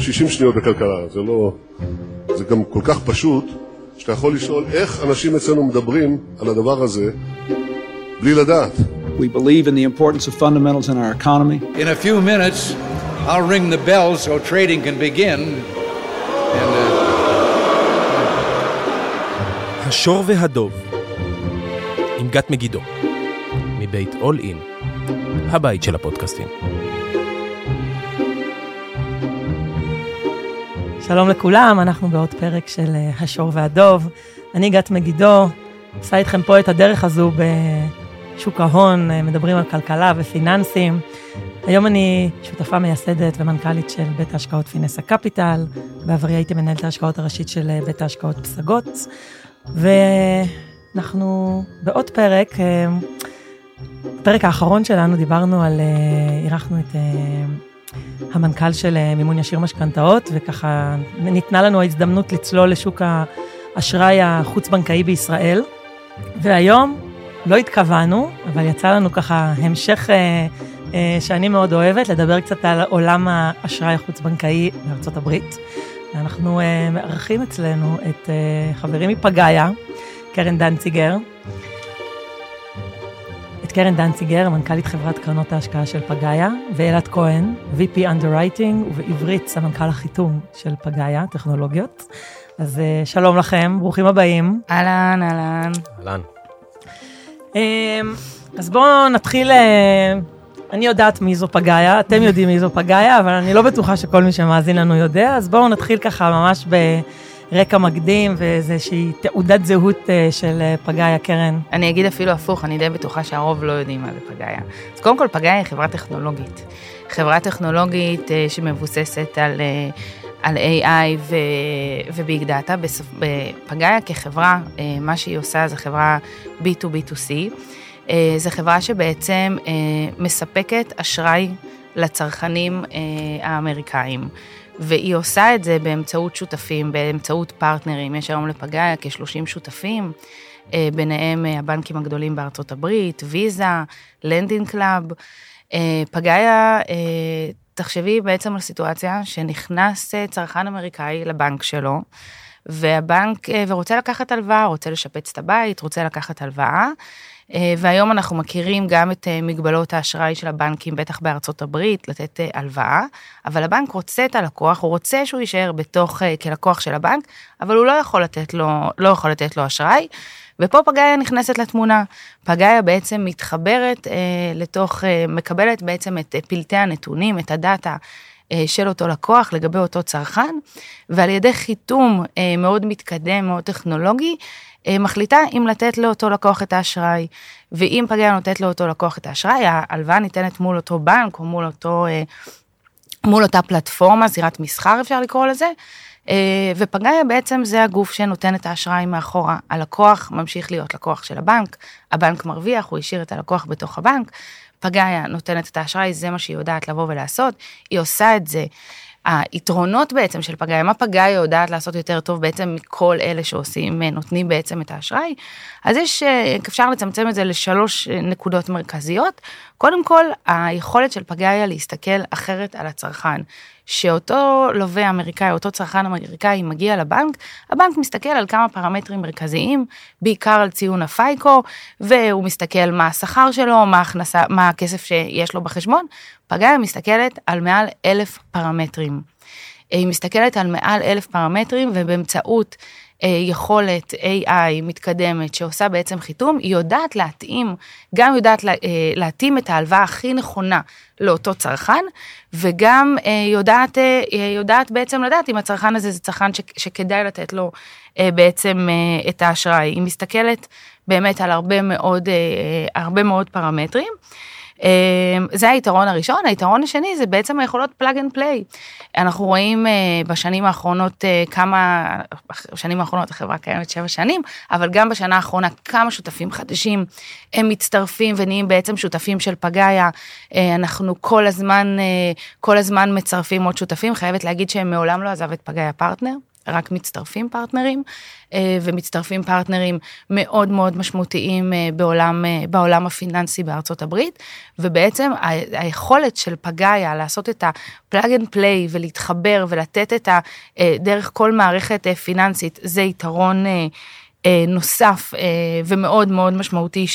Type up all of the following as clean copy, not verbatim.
60 שניות בכלכלה, זה גם כל כך פשוט, שאתה יכול לשאול איך אנשים אצלנו מדברים על הדבר הזה, בלי לדעת. We believe in the importance of fundamentals in our economy. In a few minutes, I'll ring the bell so trading can begin. השור והדוב, עם גת מגידו, מבית All In, הבית של הפודקאסטים. שלום לכולם, אנחנו בעוד פרק של השור והדוב. אני גת מגידו, עושה איתכם פה את הדרך הזו בשוק ההון, מדברים על כלכלה ופיננסים. היום אני שותפה מייסדת ומנכ"לית של בית ההשקעות פינסה קפיטל, בעברי הייתי מנהלת ההשקעות הראשית של בית ההשקעות פסגות, ואנחנו בעוד בפרק האחרון שלנו דיברנו על, אירחנו את המנכ"ל של מימון ישיר משכנתאות, וככה ניתנה לנו ההזדמנות לצלול לשוק האשראי החוץ-בנקאי בישראל, והיום לא התכוונו, אבל יצא לנו ככה המשך שאני מאוד אוהבת, לדבר קצת על עולם האשראי החוץ-בנקאי בארצות הברית. ואנחנו מארחים אצלנו את חברים מפגאיה, קרן דנציגר. את קרן דנציגר, מנכ"לית חברת קרנות ההשקעה של פגאיה, ואלעד כהן, VP Underwriting, ובעברית סמנכ"ל החיתום של פגאיה, טכנולוגיות. אז שלום לכם, ברוכים הבאים. אהלן, אהלן. אהלן. אז בואו נתחיל, אני יודעת מי זו פגאיה, אתם יודעים מי זו פגאיה, אבל אני לא בטוחה שכל מי שמאזין לנו יודע, אז בואו נתחיל ככה ממש ברקע מקדים, ואיזושהי תעודת זהות של פגאיה, קרן. אני אגיד אפילו הפוך, אני די בטוחה שהרוב לא יודעים מה זה פגאיה. אז קודם כל, פגאיה היא חברה טכנולוגית. חברה טכנולוגית שמבוססת על AI וביג דאטה. בפגאיה כחברה, מה שהיא עושה זה חברה B2B2C, זו חברה שבעצם מספקת אשראי לצרכנים האמריקאים, והיא עושה את זה באמצעות שותפים, באמצעות פרטנרים. יש היום לפגאיה כ-30 שותפים, ביניהם הבנקים הגדולים בארצות הברית, ויזה, לנדינג קלאב. פגאיה, תחשבי בעצם על סיטואציה שנכנס צרכן אמריקאי לבנק שלו, והבנק ורוצה לקחת הלוואה, רוצה לשפץ את הבית, רוצה לקחת הלוואה, והיום אנחנו מכירים גם את מגבלות האשראי של הבנקים, בטח בארצות הברית, לתת הלוואה, אבל הבנק רוצה את הלקוח, הוא רוצה שהוא יישאר בתוך כלקוח של הבנק, אבל הוא לא יכול לתת לו אשראי, ופה פגאיה נכנסת לתמונה. פגאיה בעצם מתחברת מקבלת בעצם את פלטי הנתונים, את הדאטה של אותו לקוח לגבי אותו צרכן, ועל ידי חיתום מאוד מתקדם, מאוד טכנולוגי, מחליטה אם לתת לאותו לקוח את האשראי, ואם פגאיה נותנת לאותו לקוח את האשראי, ההלוואה ניתנת מול אותו בנק, או מול אותה פלטפורמה, זירת מסחר אפשר לקרוא לזה, ופגאיה בעצם זה הגוף שנותן את האשראי מאחורה, הלקוח ממשיך להיות לקוח של הבנק, הבנק מרוויח, הוא השאיר את הלקוח בתוך הבנק, פגאיה נותנת את האשראי, זה מה שהיא יודעת לבוא ולעשות, היא עושה את זה, היתרונות בעצם של פגאיה, מה פגאיה יודעת לעשות יותר טוב בעצם מכל אלה שעושים, נותנים בעצם את האשראי, אז אפשר לצמצם את זה לשלוש נקודות מרכזיות, קודם כל, היכולת של פגאיה להסתכל אחרת על הצרכן, שאותו לווה אמריקאי, אותו צרכן אמריקאי מגיע לבנק, הבנק מסתכל על כמה פרמטרים מרכזיים, בעיקר על ציון הפייקו, והוא מסתכל מה השכר שלו, מה הכסף שיש לו בחשבון, פגאיה מסתכלת על מעל 1,000 פרמטרים. היא מסתכלת על מעל 1,000 פרמטרים, ובאמצעות יכולת AI מתקדמת שעושה בעצם חיתום, היא יודעת להתאים, גם יודעת להתאים את ההלוואה הכי נכונה לאותו צרכן, וגם יודעת בעצם לדעת אם הצרכן הזה זה צרכן שכדאי לתת לו בעצם את האשראי. היא מסתכלת באמת על הרבה מאוד פרמטרים, זה היתרון הראשון. היתרון השני זה בעצם היכולות פלאג אנד פליי. אנחנו רואים בשנים האחרונות בשנים האחרונות החברה קיימת 7 שנים, אבל גם בשנה האחרונה כמה שותפים חדשים הם מצטרפים ונהיים בעצם שותפים של פגאיה. אנחנו כל הזמן מצרפים עוד שותפים, חייבת להגיד שהם מעולם לא עזב את פגאיה פרטנר. רק מצטרפים פרטנרים, ומצטרפים פרטנרים מאוד מאוד משמעותיים בעולם הפיננסי בארצות הברית, ובעצם היכולת של פגאיה לעשות את ה-plug and play ולהתחבר ולתת את דרך כל מערכת פיננסית, זה יתרון נוסף ומאוד מאוד משמעותי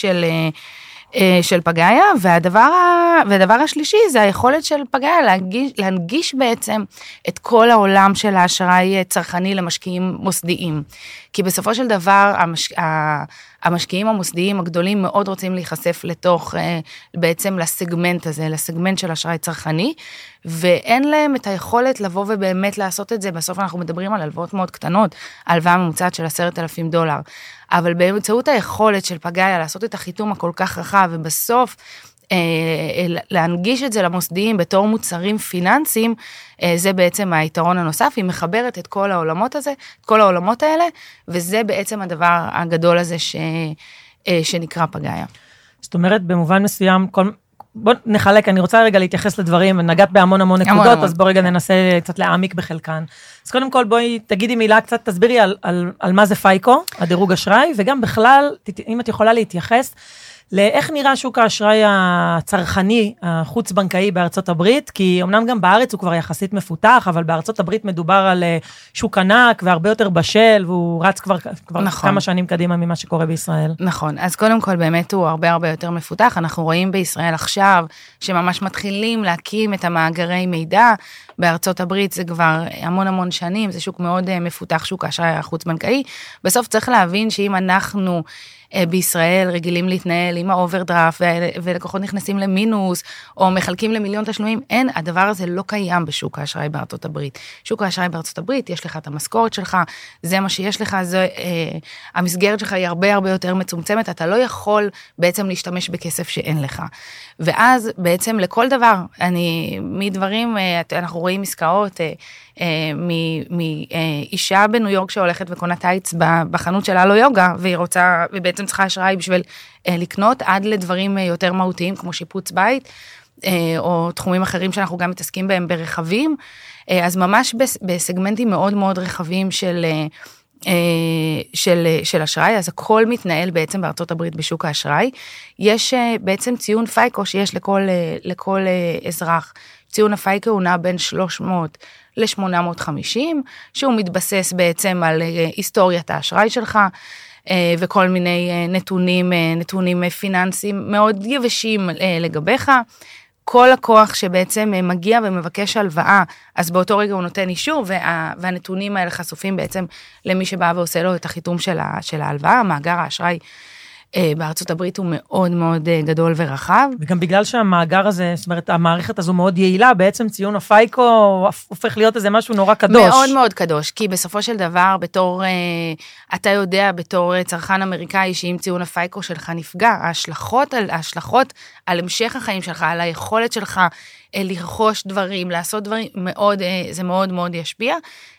של פגאיה, והדבר השלישי זה היכולת של פגאיה להנגיש בעצם את כל העולם של האשראי צרכני למשקיעים מוסדיים. כי בסופו של דבר המשקיעים המוסדיים הגדולים מאוד רוצים להיחשף לתוך בעצם לסגמנט הזה, לסגמנט של אשראי צרכני, ואין להם את היכולת לבוא ובאמת לעשות את זה. בסוף אנחנו מדברים על הלוואות מאוד קטנות, הלוואה ממוצעת של $10,000, אבל באמצעות היכולת של פגאיה לעשות את החיתום הכל כך רחב, ובסוף להנגיש את זה למוסדיים בתור מוצרים פיננסיים, זה בעצם היתרון הנוסף, היא מחברת את כל העולמות האלה, וזה בעצם הדבר הגדול הזה שנקרא פגאיה. זאת אומרת, במובן מסוים, בוא נחלק, אני רוצה רגע להתייחס לדברים, נגעת בהמון נקודות, אז בוא רגע ננסה קצת להעמיק בחלקן. אז קודם כל בואי תגידי מילה קצת, תסבירי על מה זה פייקו, הדירוג אשראי, וגם בכלל, אם את יכולה להתייחס, לאיך נראה שוק האשראי הצרכני, החוץ-בנקאי בארצות הברית, כי אמנם גם בארץ הוא כבר יחסית מפותח, אבל בארצות הברית מדובר על שוק ענק והרבה יותר בשל, והוא רץ כבר נכון. כמה שנים קדימה ממה שקורה בישראל. נכון, אז קודם כל באמת הוא הרבה יותר מפותח, אנחנו רואים בישראל עכשיו, שממש מתחילים להקים את המאגרי מידע, בארצות הברית זה כבר המון שנים, זה שוק מאוד מפותח, שוק האשראי החוץ-בנקאי, בסוף צריך להבין שאם אנחנו בישראל רגילים להתנהל עם האוברדרפט, ולקוחות נכנסים למינוס, או מחלקים למיליון תשלומים, הדבר הזה לא קיים בשוק האשראי בארצות הברית. שוק האשראי בארצות הברית, יש לך את המשכורת שלך, זה מה שיש לך, המסגרת שלך היא הרבה יותר מצומצמת, אתה לא יכול בעצם להשתמש בכסף שאין לך. ואז בעצם לכל דבר, מדברים, אנחנו רואים עסקאות, מאישה בניו יורק שהולכת וקונה טייץ בחנות של הלו יוגה, והיא רוצה, ובעצם צריכה אשראי בשביל לקנות, עד לדברים יותר מהותיים, כמו שיפוץ בית, או תחומים אחרים שאנחנו גם מתעסקים בהם ברכבים, אז ממש בסגמנטים מאוד רחבים של אשראי, אז הכל מתנהל בעצם בארצות הברית בשוק האשראי. יש בעצם ציון פייקו שיש לכל אזרח. ציון הפייקו הוא נע בין 300 ל-850, שהוא מתבסס בעצם על היסטוריית האשראי שלך, וכל מיני נתונים פיננסיים מאוד יבשים לגביך. כל לקוח שבעצם מגיע ומבקש הלוואה, אז באותו רגע הוא נותן אישור, והנתונים האלה חשופים בעצם למי שבא ועושה לו את החיתום של ההלוואה. מאגר האשראי בארצות הברית הוא מאוד גדול ורחב. וגם בגלל שהמאגר הזה, זאת אומרת, המערכת הזו מאוד יעילה, בעצם ציון הפייקו הופך להיות איזה משהו נורא קדוש. מאוד קדוש, כי בסופו של דבר, אתה יודע, בתור צרכן אמריקאי, שאם ציון הפייקו שלך נפגע, ההשלכות על המשך החיים שלך, על היכולת שלך לרכוש דברים, לעשות דברים, זה מאוד ישפיע,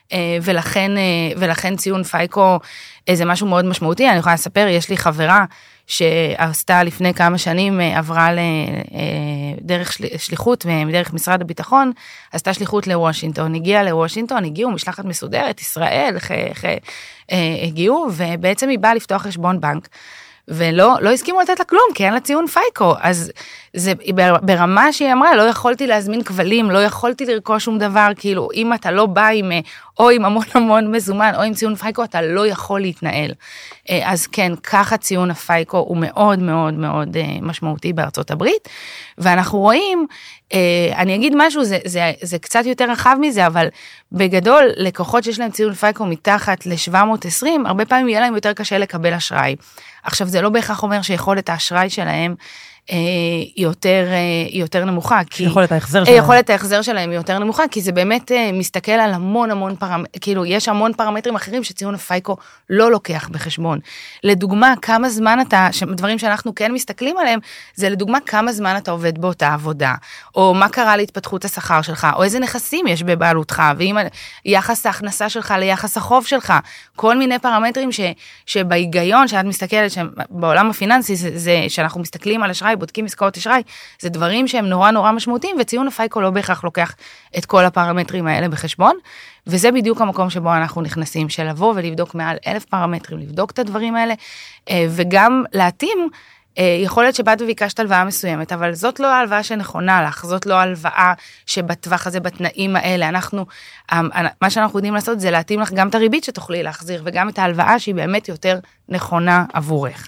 ולכן ציון פייקו זה משהו מאוד משמעותי. אני יכולה לספר, יש לי חברה שעשתה לפני כמה שנים, עברה דרך שליחות, דרך משרד הביטחון, עשתה שליחות לוושינגטון, הגיעו משלחת מסודרת, ישראל, הגיעו, ובעצם היא באה לפתוח חשבון בנק, ולא הסכימו לתת לה כלום, כי אין לה ציון פייקו, אז זה ברמה שהיא אמרה, לא יכולתי להזמין כבלים, לא יכולתי לרכוש שום דבר, כאילו אם אתה לא בא או עם המון מזומן, או עם ציון פייקו, אתה לא יכול להתנהל. אז כן, ככה ציון הפייקו הוא מאוד משמעותי בארצות הברית, ואנחנו רואים, אני אגיד משהו, זה קצת יותר רחב מזה, אבל בגדול, לקוחות שיש להם ציון פייקו מתחת ל-720, הרבה פעמים יהיה להם יותר קשה לקבל אשראי. עכשיו, זה לא בהכרח אומר שיכולת האשראי שלהם היא יותר נמוכה. יכולת ההחזר שלהם היא יותר נמוכה, כי זה באמת מסתכל על המון פרמטרים, כאילו יש המון פרמטרים אחרים שציון הפייקו לא לוקח בחשבון. לדוגמה, כמה זמן דברים שאנחנו כן מסתכלים עליהם, זה לדוגמה כמה זמן אתה עובד באותה עבודה, או מה קרה להתפתחות השכר שלך, או איזה נכסים יש בבעלותך, ואם יחס ההכנסה שלך ליחס החוב שלך, כל מיני פרמטרים שבהיגיון שאת מסתכלת, בעולם הפיננסי, זה שאנחנו מסתכלים על אשראי אשראי, בודקים עסקאות אשראי, זה דברים שהם נורא נורא משמעותיים, וציון הפייקו לא בהכרח לוקח את כל הפרמטרים האלה בחשבון, וזה בדיוק המקום שבו אנחנו נכנסים, של לבוא ולבדוק מעל 1,000 פרמטרים, לבדוק את הדברים האלה, וגם להתאים, יכול להיות שבאת וביקשת הלוואה מסוימת, אבל זאת לא ההלוואה שנכונה לך, זאת לא ההלוואה שבטווח הזה, בתנאים האלה, מה שאנחנו יודעים לעשות זה להתאים לך גם את הריבית שתוכלי להחזיר, וגם את ההלוואה שהיא באמת יותר נכונה עבורך.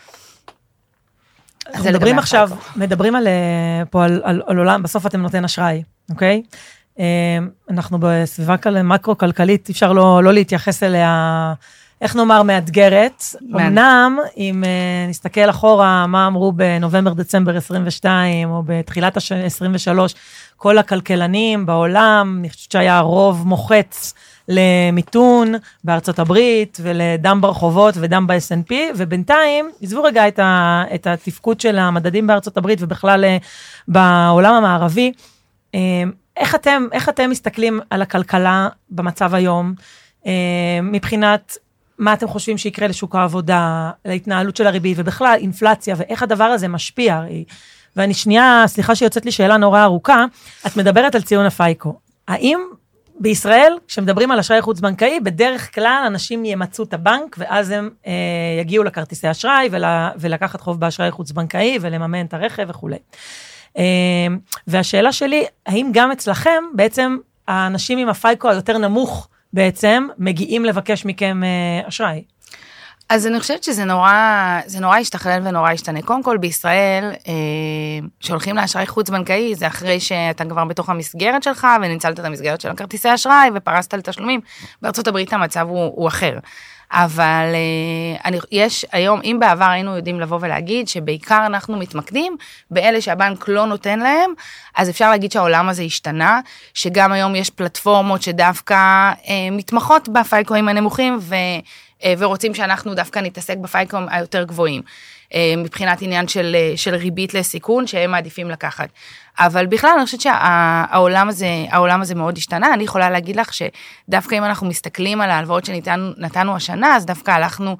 אנחנו מדברים עכשיו, מדברים פה על עולם, בסוף אתם נותן אשראי, אוקיי? אנחנו בסביבה מקרו-כלכלית, אפשר לא להתייחס אליה, איך נאמר, מאתגרת. אמנם, אם נסתכל אחורה, מה אמרו בנובמבר, דצמבר 22, או בתחילת 23, כל הכלכלנים בעולם, אני חושבת שהיה רוב מוחץ למיתון בארצות הברית, ולדם ברחובות ודם ב-S&P, ובינתיים, עזבו רגע את התפקוד של המדדים בארצות הברית, ובכלל בעולם המערבי, איך אתם מסתכלים על הכלכלה במצב היום, מבחינת מה אתם חושבים שיקרה לשוק העבודה, להתנהלות של הריבית, ובכלל אינפלציה, ואיך הדבר הזה משפיע? ואני שנייה, סליחה שיוצאת לי שאלה נורא ארוכה, את מדברת על ציון הפייקו. האם בישראל, כשמדברים על אשראי חוץ בנקאי, בדרך כלל אנשים ימצאו את הבנק, ואז הם יגיעו לכרטיסי אשראי, ולקחת חוב באשראי חוץ בנקאי, ולממן את הרכב וכו'. והשאלה שלי, האם גם אצלכם, בעצם האנשים עם הפייקו היותר נמוך, בעצם מגיעים לבקש מכם אשראי? אז אני חושבת שזה נורא השתכלל ונורא השתנה. קודם כל בישראל, שהולכים לאשראי חוץ בנקאי, זה אחרי שאתה כבר בתוך המסגרת שלך, וניצלת את המסגרת של הכרטיסי אשראי, ופרסת לתשלומים. בארצות הברית המצב הוא אחר. אבל יש היום, אם בעבר היינו יודעים לבוא ולהגיד, שבעיקר אנחנו מתמקדים באלה שהבנק לא נותן להם, אז אפשר להגיד שהעולם הזה השתנה, שגם היום יש פלטפורמות שדווקא מתמחות בפייקואים הנמוכים, ורוצים שאנחנו דווקא נתעסק בפייקואים היותר גבוהים, מבחינת עניין של ריבית לסיכון, שהם מעדיפים לקחת. אבל בכלל אני חושבת שהעולם הזה מאוד השתנה. אני יכולה להגיד לך שדווקא אם אנחנו מסתכלים על ההלוואות שנתנו השנה, אז דווקא הלכנו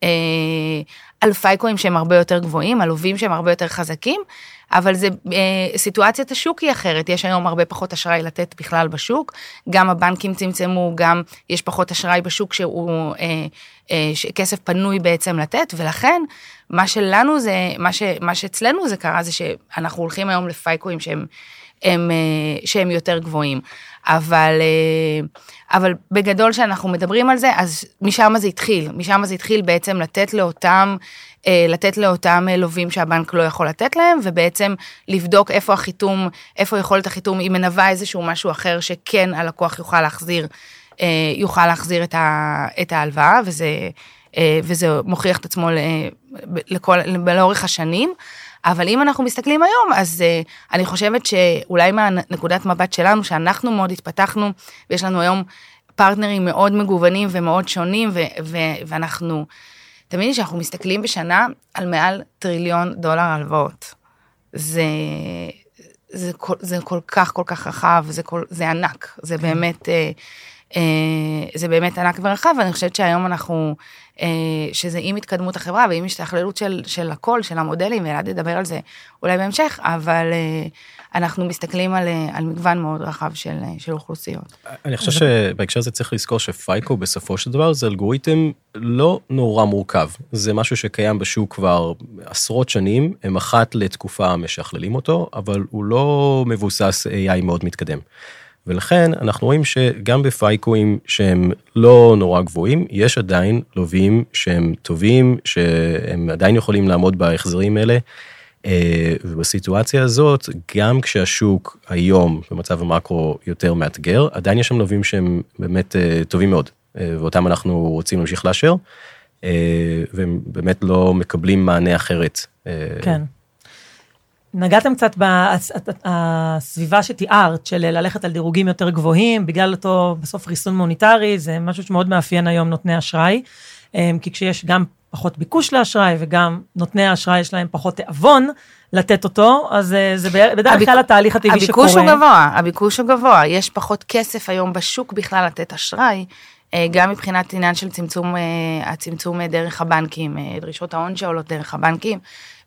על פייקואים שהם הרבה יותר גבוהים, על לווים שהם הרבה יותר חזקים, אבל זה, סיטואציית השוק היא אחרת, יש היום הרבה פחות אשראי לתת בכלל בשוק, גם הבנקים צמצמו, גם יש פחות אשראי בשוק שהוא כסף פנוי בעצם לתת, ולכן מה שלנו זה, מה שאצלנו זה קרה, זה שאנחנו הולכים היום לפייקואים שהם יותר גבוהים, אבל בגדול שאנחנו מדברים על זה, אז משם זה התחיל בעצם לתת לאותם לווים שהבנק לא יכול לתת להם, ובעצם לבדוק איפה יכולת החיתום, היא מנווה איזשהו משהו אחר, שכן הלקוח יוכל להחזיר את ההלוואה, וזה מוכיח את עצמו לאורך השנים, אבל אם אנחנו מסתכלים היום, אז אני חושבת שאולי מהנקודת מבט שלנו, שאנחנו מאוד התפתחנו, ויש לנו היום פרטנרים מאוד מגוונים ומאוד שונים, ואנחנו, תמיד שאנחנו מסתכלים בשנה על מעל $1 טריליון הלוואות. זה כל כך רחב, זה ענק, זה באמת ענק ורחב, ואני חושבת שהיום אנחנו, שזה עם התקדמות החברה, ועם השתכללות של הכל, של המודלים, ואלעד ידבר על זה אולי בהמשך, אבל אנחנו מסתכלים על מגוון מאוד רחב של אוכלוסיות. אני חושב שבהקשר הזה צריך לזכור שפייקו בסופו של דבר, זה אלגוריתם לא נורא מורכב, זה משהו שקיים בשוק כבר עשרות שנים, הם אחת לתקופה משכללים אותו, אבל הוא לא מבוסס AI מאוד מתקדם. ולכן אנחנו רואים שגם בפייקואים שהם לא נורא גבוהים, יש עדיין לווים שהם טובים, שהם עדיין יכולים לעמוד בהחזרים האלה, ובסיטואציה הזאת, גם כשהשוק היום במצב המקרו יותר מאתגר, עדיין יש שם לווים שהם באמת טובים מאוד, ואותם אנחנו רוצים להמשיך לאשר, והם באמת לא מקבלים מענה אחרת. כן. נגעתם קצת בסביבה שתיארת, של ללכת על דירוגים יותר גבוהים, בגלל אותו בסוף ריסון מוניטרי, זה משהו שמאוד מאפיין היום נותני אשראי, כי כשיש גם פחות ביקוש לאשראי, וגם נותני האשראי יש להם פחות תאבון לתת אותו, אז זה בדרך כלל התהליך הטבעי שקורה. הביקוש הוא גבוה, יש פחות כסף היום בשוק בכלל לתת אשראי, גם מבחינת עניין של הצמצום דרך הבנקים, דרישות ההון שעולות דרך הבנקים,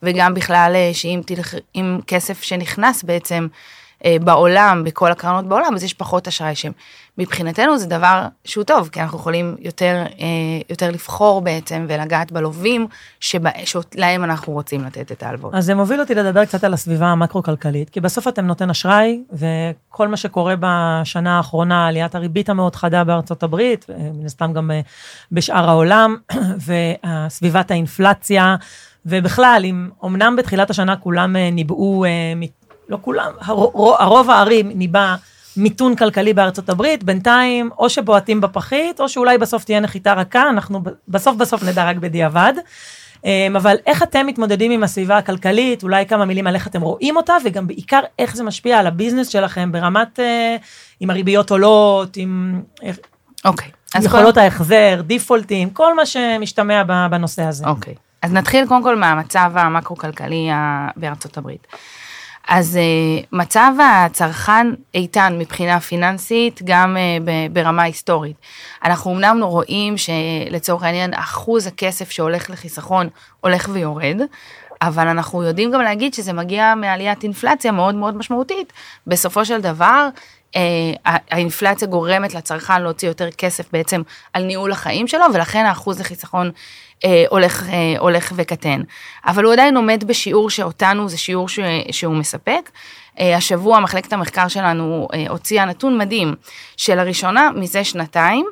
וגם בכלל שאם כסף שנכנס בעצם בעולם, בכל הקרנות בעולם, אז יש פחות אשראי מבחינתנו זה דבר שהוא טוב, כי אנחנו יכולים יותר לבחור בעצם, ולגעת בלווים, שלהם אנחנו רוצים לתת את ההלוואות. אז זה מוביל אותי לדבר קצת על הסביבה המקרו-כלכלית, כי בסוף אתם נותן אשראי, וכל מה שקורה בשנה האחרונה, עליית הריבית המאוד חדה בארצות הברית, מן הסתם גם בשאר העולם, וסביבת האינפלציה, ובכלל, אם אמנם בתחילת השנה כולם ניבאו, לא כולם, הרוב הערים ניבא מיתון כלכלי בארצות הברית, בינתיים או שבועטים בפחית, או שאולי בסוף תהיה נחיתה רכה, אנחנו בסוף נדע רק בדיעבד, אבל איך אתם מתמודדים עם הסביבה הכלכלית, אולי כמה מילים על איך אתם רואים אותה, וגם בעיקר איך זה משפיע על הביזנס שלכם, ברמת, עם הריביות עולות, עם יכולות ההחזר, דיפולטים, כל מה שמשתמע בנושא הזה. אוקיי, אז נתחיל קודם כל מהמצב המקרו-כלכלי בארצות הברית. אז מצב הצרכן איתן מבחינה פיננסית, גם ברמה היסטורית. אנחנו אמנם רואים שלצורך העניין, אחוז הכסף שהולך לחיסכון הולך ויורד, אבל אנחנו יודעים גם להגיד שזה מגיע מעליית אינפלציה מאוד מאוד משמעותית. בסופו של דבר, האינפלציה גורמת לצרכן להוציא יותר כסף בעצם על ניהול החיים שלו, ולכן האחוז לחיסכון הולך וקטן. אבל הוא עדיין עומד בשיעור שאותנו, זה שיעור שהוא מספק. השבוע מחלקת המחקר שלנו הוציאה נתון מדהים, שלראשונה מזה שנתיים,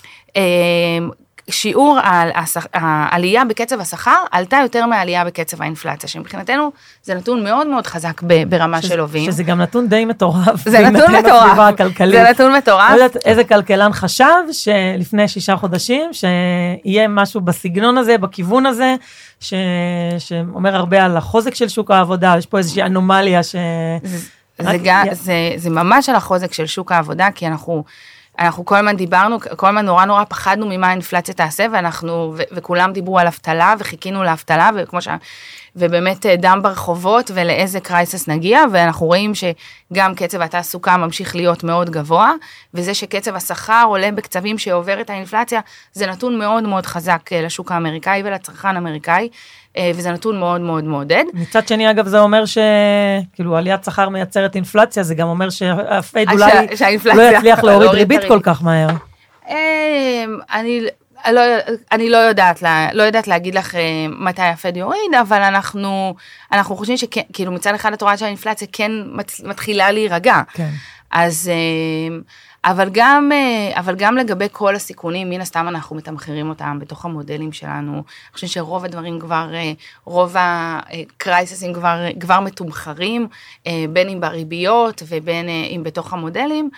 שיעור העלייה בקצב השכר, עלתה יותר מהעלייה בקצב האינפלציה, שמבחינתנו זה נתון מאוד מאוד חזק ברמה של לווים. שזה גם נתון די מטורף. זה נתון מטורף. זה נתון מטורף. לא יודעת איזה כלכלן חשב שלפני 6 חודשים, שיהיה משהו בסגנון הזה, בכיוון הזה, שאומר הרבה על החוזק של שוק העבודה, יש פה איזושהי אנומליה זה ממש על החוזק של שוק העבודה, כי אנחנו כל הזמן דיברנו, כל הזמן נורא פחדנו ממה האינפלציה תעשה, וכולם דיברו על אבטלה, וחיכינו לאבטלה, ובאמת דם ברחובות, ולאיזה קרייסס נגיע, ואנחנו רואים שגם קצב התעסוקה ממשיך להיות מאוד גבוה, וזה שקצב השכר עולה בקצבים שעובר את האינפלציה, זה נתון מאוד מאוד חזק לשוק האמריקאי ולצרכן האמריקאי, וזה נתון מאוד מאוד מעודד. מצד שני, אגב, זה אומר שכאילו עליית שכר מייצרת אינפלציה, זה גם אומר שהפייד אולי לא יצליח להוריד ריבית כל כך מהר. אני לא יודעת להגיד לך מתי הפד יוריד, אבל אנחנו חושבים שכאילו מצד אחד את רואה שהאינפלציה כן מתחילה להירגע. כן. אז אבל גם לגבי כל הסיכונים, מן הסתם אנחנו מתמחרים אותם בתוך המודלים שלנו. אני חושבת שרוב הדברים כבר, רוב הקרייססים כבר מתומחרים, בין אם בריביות ובין אם בתוך המודלים,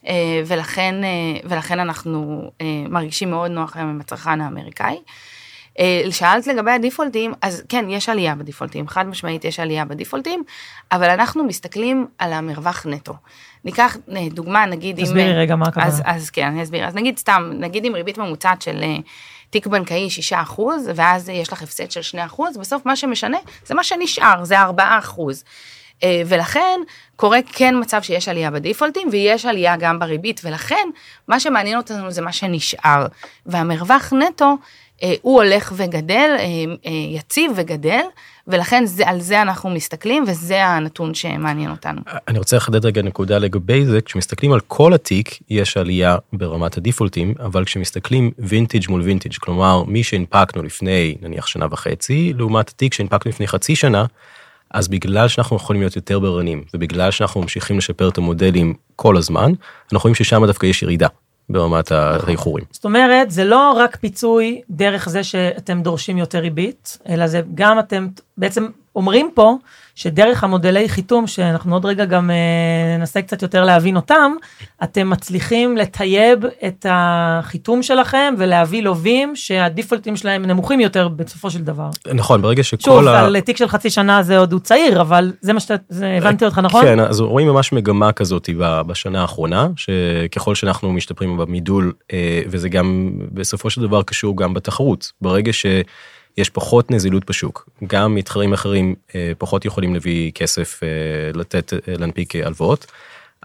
ולכן אנחנו מרגישים מאוד נוח עם הצרכן האמריקאי. שאלת לגבי הדיפולטים, אז כן, יש עלייה בדיפולטים, חד משמעית יש עלייה בדיפולטים, אבל אנחנו מסתכלים על המרווח נטו. ניקח דוגמה, נגיד אם... תסבירי רגע מה הכוונה. אז כן, אני אסביר. אז נגיד עם ריבית ממוצעת של תיק בנקאי 6%, ואז יש לך הפסד של 2%, בסוף מה שמשנה זה מה שנשאר, זה 4%. ולכן קורה כן מצב שיש עלייה בדיפולטים, ויש עלייה גם בריבית, ולכן מה שמעניין אותנו זה מה שנשאר. והמרווח נטו, הוא הולך וגדל, יציב וגדל, ולכן על זה אנחנו מסתכלים, וזה הנתון שמעניין אותנו. אני רוצה לחדד רגע נקודה לגבי זה, כשמסתכלים על כל התיק, יש עלייה ברמת הדיפולטים, אבל כשמסתכלים וינטיג' מול וינטיג', כלומר, מי שהנפקנו לפני, נניח 1.5 שנה, לעומת התיק שהנפקנו לפני חצי שנה, אז בגלל שאנחנו יכולים להיות יותר בררנים, ובגלל שאנחנו ממשיכים לשפר את המודלים כל הזמן, אנחנו רואים ששם דווקא יש ירידה. ברמת האיחורים. זאת אומרת, זה לא רק פיצוי דרך זה שאתם דורשים יותר ריבית, אלא זה גם אתם בעצם אומרים פה, שדרך המודלי חיתום, שאנחנו עוד רגע גם ננסה קצת יותר להבין אותם, אתם מצליחים לטייב את החיתום שלכם, ולהביא לווים שהדיפולטים שלהם נמוכים יותר בסופו של דבר. נכון, ברגע שכל שוב, על תיק של חצי שנה זה עוד הוא צעיר, אבל זה מה הבנתי אותך, נכון? כן, אז רואים ממש מגמה כזאת בשנה האחרונה, שככל שאנחנו משתפרים במידול, וזה גם בסופו של דבר קשור גם בתחרות. ברגע יש פחות נזילות בשוק, גם מתחרים אחרים פחות יכולים להביא כסף להנפיק הלוואות,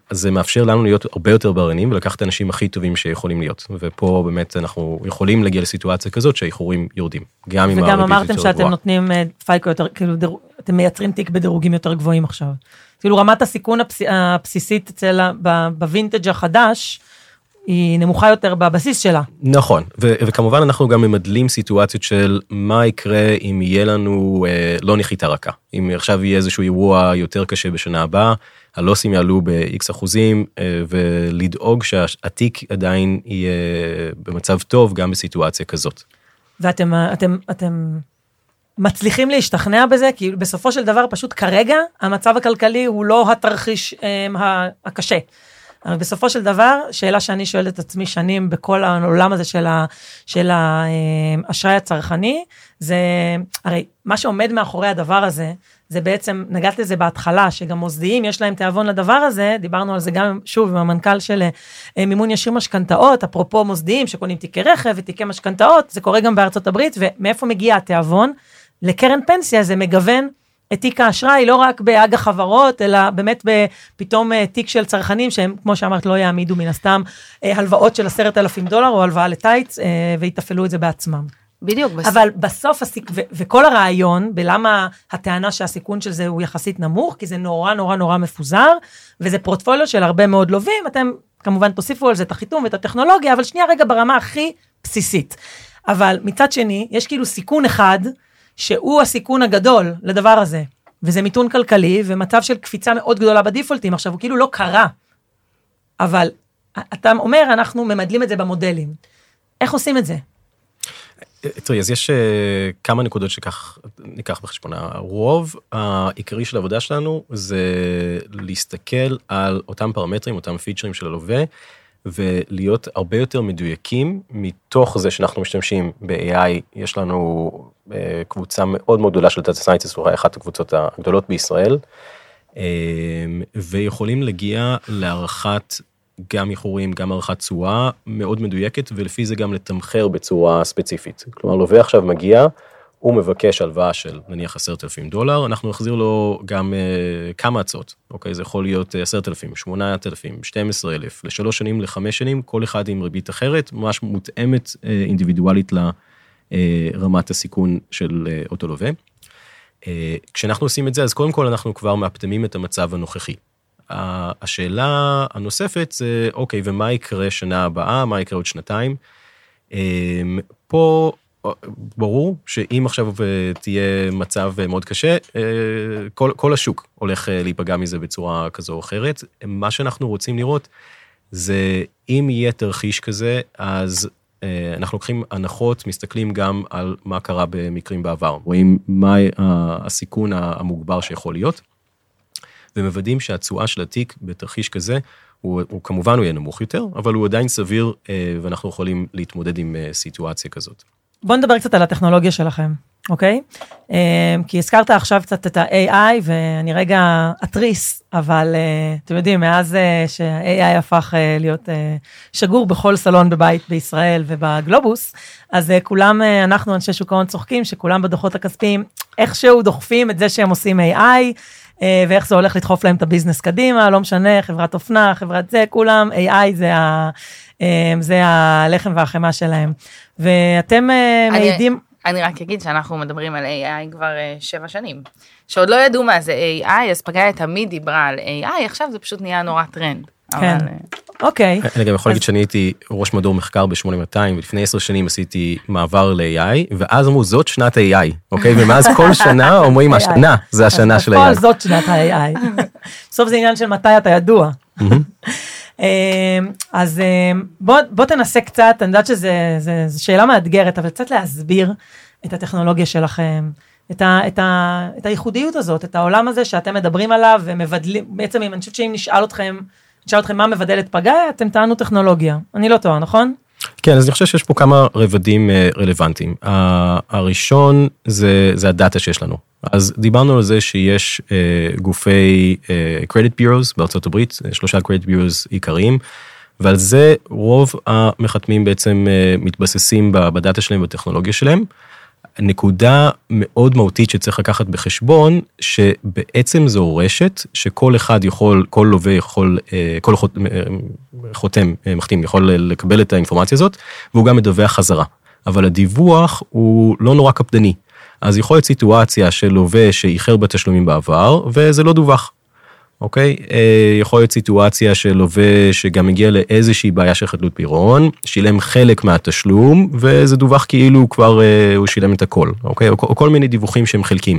זה מאפשר לנו להיות הרבה יותר ברענים, ולקחת אנשים הכי טובים שיכולים להיות. ופה באמת אנחנו יכולים להגיע לסיטואציה כזאת, שהאיחורים יורדים. גם אם וגם אמרתם שאתם נותנים פייקו יותר, כאילו, אתם מייצרים תיק בדירוגים יותר גבוהים עכשיו. כאילו, רמת הסיכון הבסיסית בווינטג' החדש, היא נמוכה יותר בבסיס שלה. נכון, וכמובן אנחנו גם ממדלים סיטואציות של מה יקרה אם יהיה לנו לא נחיתה רכה. אם עכשיו יהיה איזשהו אירוע יותר קשה בשנה הבאה, הלוסים יעלו ב-X אחוזים, ולדאוג שהתיק עדיין יהיה במצב טוב גם בסיטואציה כזאת. ואתם מצליחים להשתכנע בזה, כי בסופו של דבר פשוט כרגע המצב הכלכלי הוא לא התרחיש הקשה. אבל בסופו של דבר, שאלה שאני שואלת את עצמי שנים בכל העולם הזה של האשראי הצרכני, זה, הרי מה שעומד מאחורי הדבר הזה, זה בעצם, נגעת לזה בהתחלה, שגם מוסדיים יש להם תיאבון לדבר הזה, דיברנו על זה גם שוב עם המנכ"ל של מימון ישיר משכנתאות, אפרופו מוסדיים שקונים תיקי רכב ותיקי משכנתאות, זה קורה גם בארצות הברית, ומאיפה מגיע התיאבון? לקרן פנסיה זה מגוון את תיק האשראי, לא רק באג"ח חברות, אלא באמת פתאום תיק של צרכנים, שהם, כמו שאמרת, לא יעמידו מן הסתם הלוואות של $10,000 או הלוואה לטייץ, ויתפעלו את זה בעצמם. בדיוק. אבל בסוף, וכל הרעיון, בלמה הטענה שהסיכון של זה הוא יחסית נמוך, כי זה נורא נורא נורא מפוזר, וזה פורטפוליו של הרבה מאוד לווים, אתם כמובן תוסיפו על זה את החיתום ואת הטכנולוגיה, אבל שנייה רגע ברמה הכי בסיסית. אבל מצד שני, יש כאילו סיכון אחד, שהוא הסיכון הגדול לדבר הזה, וזה מיתון כלכלי, ומצב של קפיצה מאוד גדולה בדיפולטים, עכשיו הוא כאילו לא קרה, אבל אתה אומר, אנחנו ממדלים את זה במודלים. איך עושים את זה? תראי, אז יש כמה נקודות ניקח בחשבון. הרוב העיקרי של העבודה שלנו, זה להסתכל על אותם פרמטרים, אותם פיצ'רים של הלווה, ולהיות הרבה יותר מדויקים, מתוך זה שאנחנו משתמשים ב-AI, יש לנו קבוצה מאוד מאוד גדולה של דאטה סיינטיסט, אולי אחת הקבוצות הגדולות בישראל, ויכולים להגיע להערכת גם איחורים, גם הערכת תשואה מאוד מדויקת, ולפי זה גם לתמחר בצורה ספציפית. כלומר, לווה עכשיו מגיע, הוא מבקש הלוואה של נניח $10,000, אנחנו נחזיר לו גם כמה הצעות, אוקיי? זה יכול להיות 10,000, 8,000, 12,000, ל3 שנים, ל5 שנים, כל אחד עם ריבית אחרת, ממש מותאמת אינדיבידואלית לרמת הסיכון של אותו לווה. כשאנחנו עושים את זה, אז קודם כל אנחנו כבר מאפטמים את המצב הנוכחי. השאלה הנוספת זה, אוקיי, ומה יקרה שנה הבאה, מה יקרה עוד שנתיים? פה ברור שאם עכשיו תהיה מצב מאוד קשה, כל השוק הולך להיפגע מזה בצורה כזו או אחרת. מה שאנחנו רוצים לראות זה אם יהיה תרחיש כזה, אז אנחנו לוקחים הנחות, מסתכלים גם על מה קרה במקרים בעבר, רואים מה הסיכון המוגבר שיכול להיות, ומוודאים שהתשואה של התיק בתרחיש כזה, הוא כמובן הוא יהיה נמוך יותר, אבל הוא עדיין סביר, ואנחנו יכולים להתמודד עם סיטואציה כזאת. בוא נדבר קצת על הטכנולוגיה שלכם, אוקיי? כי הזכרת עכשיו קצת את ה-AI, ואני רגע אטריס, אבל אתם יודעים, מאז שה-AI הפך להיות שגור בכל סלון בבית בישראל ובגלובוס, אז כולם, אנחנו אנשי שוק ההון צוחקים, שכולם בדוחות הכספיים, איכשהו דוחפים את זה שהם עושים AI, ואיך זה הולך לדחוף להם את הביזנס קדימה, לא משנה, חברת אופנה, חברת זה, כולם, AI זה הלחם והחמה שלהם. ואתם מעידים... אני רק אגיד שאנחנו מדברים על AI כבר 7 שנים. שעוד לא ידעו מה זה AI, אז פגאיה תמיד דיברה על AI, עכשיו זה פשוט נהיה נורא טרנד. כן, אוקיי. אני גם יכול להגיד שאני הייתי ראש מדור מחקר ב-8200, ולפני 10 שנים עשיתי מעבר ל-AI, ואז אמרו, זאת שנת ה-AI, אוקיי? ומאז כל שנה אומרים, השנה, זה השנה של ה-AI. זאת שנת ה-AI. בסוף זה עניין של מתי אתה ידוע. אז בוא תנסה קצת, אני יודעת שזו שאלה מאתגרת, אבל קצת להסביר את הטכנולוגיה שלכם, את הייחודיות הזאת, את העולם הזה שאתם מדברים עליו, ומבדלים, בעצם אם אני חושבת שאם נשאל אתכם מה מבדל את פגאיה, אתם טענו טכנולוגיה. אני לא טועה, נכון? כן, אז אני חושב שיש פה כמה רבדים רלוונטיים. הראשון זה הדאטה שיש לנו. אז דיברנו על זה שיש גופי credit bureaus בארצות הברית, 3 credit bureaus עיקריים, ועל זה רוב המחתמים בעצם מתבססים בדאטה שלהם, בטכנולוגיה שלהם. נקודה מאוד מהותית שצריך לקחת בחשבון, שבעצם זו רשת שכל אחד יכול, כל לווה יכול, כל מחתים יכול לקבל את האינפורמציה הזאת, והוא גם מדווח חזרה. אבל הדיווח הוא לא נורא קפדני. אז יכול להיות סיטואציה של לווה שאיחר בתשלומים בעבר, וזה לא דווח. אוקיי? יכול להיות סיטואציה של לווה שגם הגיע לאיזושהי בעיה של חדלות פירעון, שילם חלק מהתשלום, וזה דווח כאילו כבר הוא שילם את הכל. אוקיי? או כל מיני דיווחים שהם חלקים.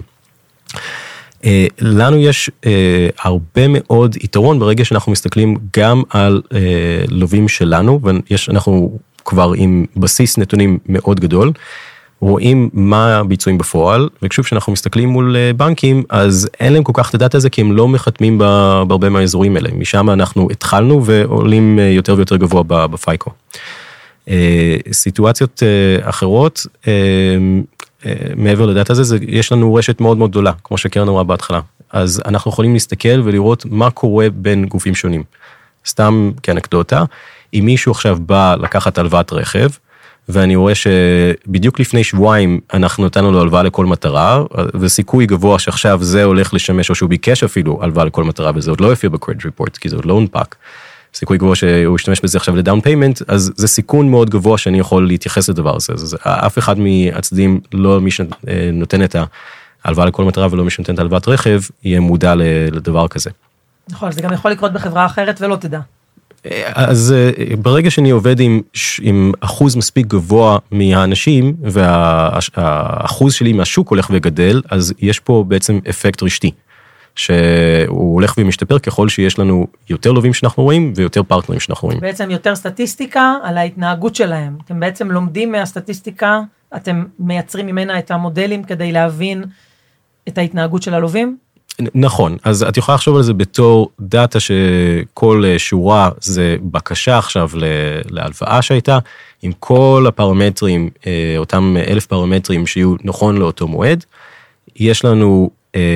לנו יש הרבה מאוד יתרון ברגע שאנחנו מסתכלים גם על לווים שלנו, ואנחנו כבר עם בסיס נתונים מאוד גדול, רואים מה הביצועים בפועל, וכשאנחנו מסתכלים מול בנקים, אז אין להם כל כך את הדאטה הזה, כי הם לא מחתמים בהרבה מהאזורים האלה. משם אנחנו התחלנו ועולים יותר ויותר גבוה בפייקו. סיטואציות אחרות, מעבר לדאטה הזה, יש לנו רשת מאוד מאוד גדולה, כמו שקרן אמרה בהתחלה. אז אנחנו יכולים להסתכל ולראות מה קורה בין גופים שונים. סתם כאנקדוטה, אם מישהו עכשיו בא לקחת הלוואת רכב, ואני רואה שבדיוק לפני שבועיים אנחנו נתנו לו הלוואה לכל מטרה, וסיכוי גבוה שעכשיו זה הולך לשמש, או שהוא ביקש אפילו הלוואה לכל מטרה, וזה עוד לא יופיע בקרדיט ריפורט, כי זה עוד לא הונפק. סיכוי גבוה שהוא ישתמש בזה עכשיו לדאון פיימנט, אז זה סיכון מאוד גבוה שאני יכול להתייחס לדבר הזה. אז אף אחד מהצדדים, לא מי שנותן את ההלוואה לכל מטרה, ולא מי שנותן את הלוואת רכב, יהיה מודע לדבר כזה. נכון, זה גם יכול לקרות בחברה אחרת ולא תדע. אז ברגע שאני עובד עם אחוז מספיק גבוה מהאנשים, והאחוז שלי מהשוק הולך וגדל, אז יש פה בעצם אפקט רשתי, שהוא הולך ומשתפר ככל שיש לנו יותר לווים שאנחנו רואים, ויותר פרטנרים שאנחנו רואים. בעצם יותר סטטיסטיקה על ההתנהגות שלהם. אתם בעצם לומדים מהסטטיסטיקה, אתם מייצרים ממנה את המודלים כדי להבין את ההתנהגות של הלווים? נכון, אז את יכולה לחשוב על זה בתור דאטה שכל שורה זה בקשה עכשיו להלוואה שהייתה, עם כל הפרמטרים, אותם 1000 פרמטרים שיהיו נכון לאותו מועד, יש לנו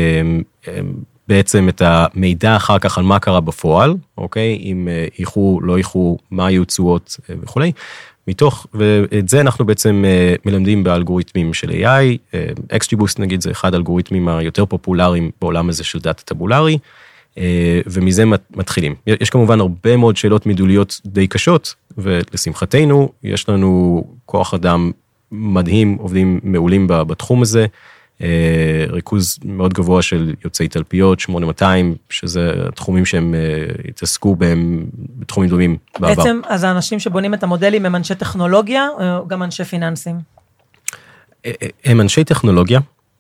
בעצם את המידע אחר כך על מה קרה בפועל, אוקיי? אם איחו, לא איחו, מה היו תשואות וכו'. ואת זה אנחנו בעצם מלמדים באלגוריתמים של AI, XGBoost נגיד זה אחד האלגוריתמים היותר פופולריים בעולם הזה של דאטה טבולרי, ומזה מתחילים. יש כמובן הרבה מאוד שאלות מידוליות די קשות, ולשמחתנו יש לנו כוח אדם מדהים, עובדים מעולים בתחום הזה, ריכוז מאוד גבוה של יוצאי תלפיות, 8200, שזה תחומים שהם התעסקו בהם בתחומים דומים בעבר. בעצם, אז האנשים שבונים את המודלים הם אנשי טכנולוגיה, או גם אנשי פיננסים? הם אנשי טכנולוגיה.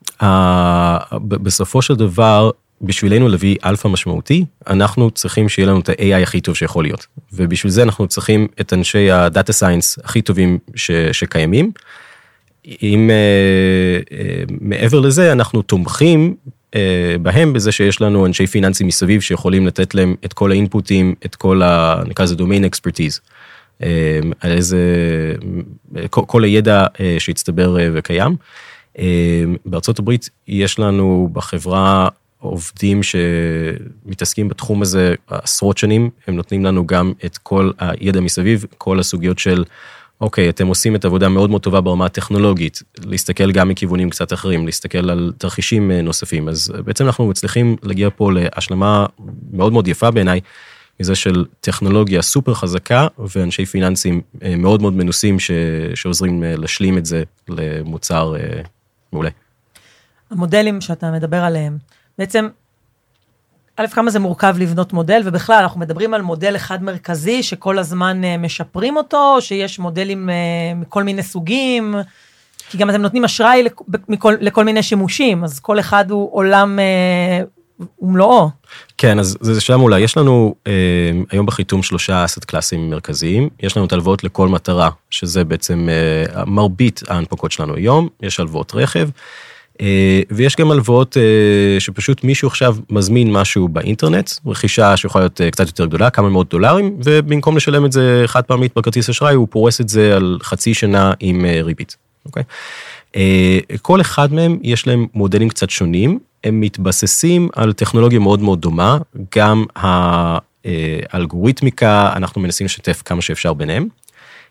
בסופו של דבר, בשבילנו להביא אלפא משמעותי, אנחנו צריכים שיהיה לנו את ה-AI הכי טוב שיכול להיות. ובשביל זה אנחנו צריכים את אנשי הדאטה סיינס הכי טובים שקיימים, אם מעבר לזה אנחנו תומכים בהם בזה שיש לנו אנשי פיננסים מסביב שיכולים לתת להם את כל האינפוטים, את כל נקרא לזה domain expertise, על איזה, כל הידע שהצטבר וקיים. בארצות הברית יש לנו בחברה עובדים שמתעסקים בתחום הזה עשרות שנים, הם נותנים לנו גם את כל הידע מסביב, כל הסוגיות של אוקיי, אתם עושים את עבודה מאוד מאוד טובה ברמה הטכנולוגית, להסתכל גם מכיוונים קצת אחרים, להסתכל על תרחישים נוספים, אז בעצם אנחנו מצליחים להגיע פה להשלמה מאוד מאוד יפה בעיניי, מזה של טכנולוגיה סופר חזקה, ואנשי פיננסים מאוד מאוד מנוסים, שעוזרים להשלים את זה למוצר מעולה. המודלים שאתה מדבר עליהם, בעצם, א', כמה זה מורכב לבנות מודל, ובכלל אנחנו מדברים על מודל אחד מרכזי, שכל הזמן משפרים אותו, שיש מודלים מכל מיני סוגים, כי גם אתם נותנים אשראי לכל מיני שימושים, אז כל אחד הוא עולם ומלואו. כן, אז זה שאלה מעולה. יש לנו היום בחיתום 3 אסט קלאסים מרכזיים, יש לנו את הלוואות לכל מטרה, שזה בעצם מרבית ההנפקות שלנו היום, יש הלוואות רכב, ויש גם הלוואות שפשוט מישהו עכשיו מזמין משהו באינטרנט, רכישה שיכולה להיות קצת יותר גדולה, כמה מאות דולרים, ובמקום לשלם את זה חד פעמית בכרטיס אשראי, הוא פורס את זה על חצי שנה עם ריבית. אוקיי? כל אחד מהם יש להם מודלים קצת שונים, הם מתבססים על טכנולוגיה מאוד מאוד דומה, גם האלגוריתמיקה, אנחנו מנסים לשתף כמה שאפשר ביניהם,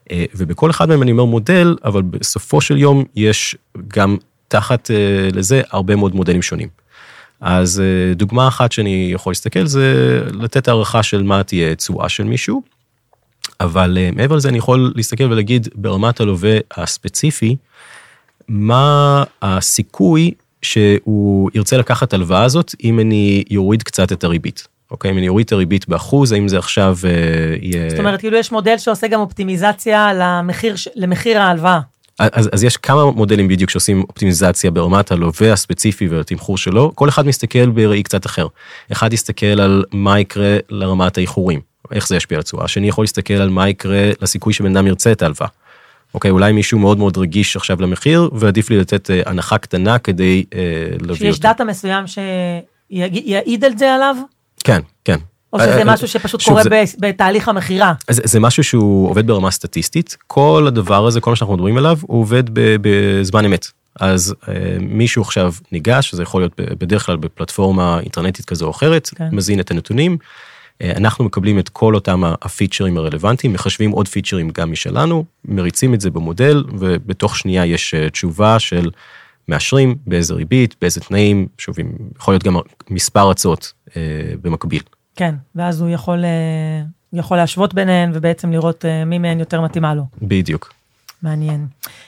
ובכל אחד מהם אני אומר מודל, אבל בסופו של יום יש גם תחת לזה הרבה מאוד מודלים שונים. אז דוגמה אחת שאני יכול להסתכל זה לתת הערכה של מה תהיה תשואה של מישהו, אבל מעבר לזה אני יכול להסתכל ולהגיד ברמת הלווה הספציפי, מה הסיכוי שהוא ירצה לקחת הלוואה הזאת, אם אני יוריד קצת את הריבית. אוקיי, אם אני אוריד את הריבית באחוז, האם זה עכשיו יהיה... זאת אומרת, כאילו יש מודל שעושה גם אופטימיזציה למחיר ההלוואה. אז יש כמה מודלים בדיוק שעושים אופטימיזציה ברמת הלווה הספציפי והתמחור שלו, כל אחד מסתכל בראי קצת אחר. אחד יסתכל על מה יקרה לרמת האיחורים, איך זה ישפיע על התשואה. השני יכול להסתכל על מה יקרה לסיכוי שבן אדם ירצה את ההלוואה. אוקיי, אולי מישהו מאוד מאוד רגיש עכשיו למחיר, ועדיף לי לתת הנחה קטנה כדי להביא אותו. שיש דאטה מסוים שיעיד על זה עליו? כן, כן. או שזה משהו שפשוט קורה בתהליך המחירה? זה משהו שהוא עובד ברמה סטטיסטית, כל הדבר הזה, כל מה שאנחנו מדברים עליו, הוא עובד בזמן אמת. אז מישהו עכשיו ניגש, זה יכול להיות בדרך כלל בפלטפורמה אינטרנטית כזו או אחרת, מזין את הנתונים, אנחנו מקבלים את כל אותם הפיצ'רים הרלוונטיים, מחשבים עוד פיצ'רים גם משלנו, מריצים את זה במודל, ובתוך שנייה יש תשובה של מאשרים באיזה ריבית, באיזה תנאים, שוב, יכול להיות גם מספר הצעות במקביל. כן, ואז הוא יכול להשוות ביניהן, ובעצם לראות מי מהן יותר מתאימה לו. בדיוק. מעניין.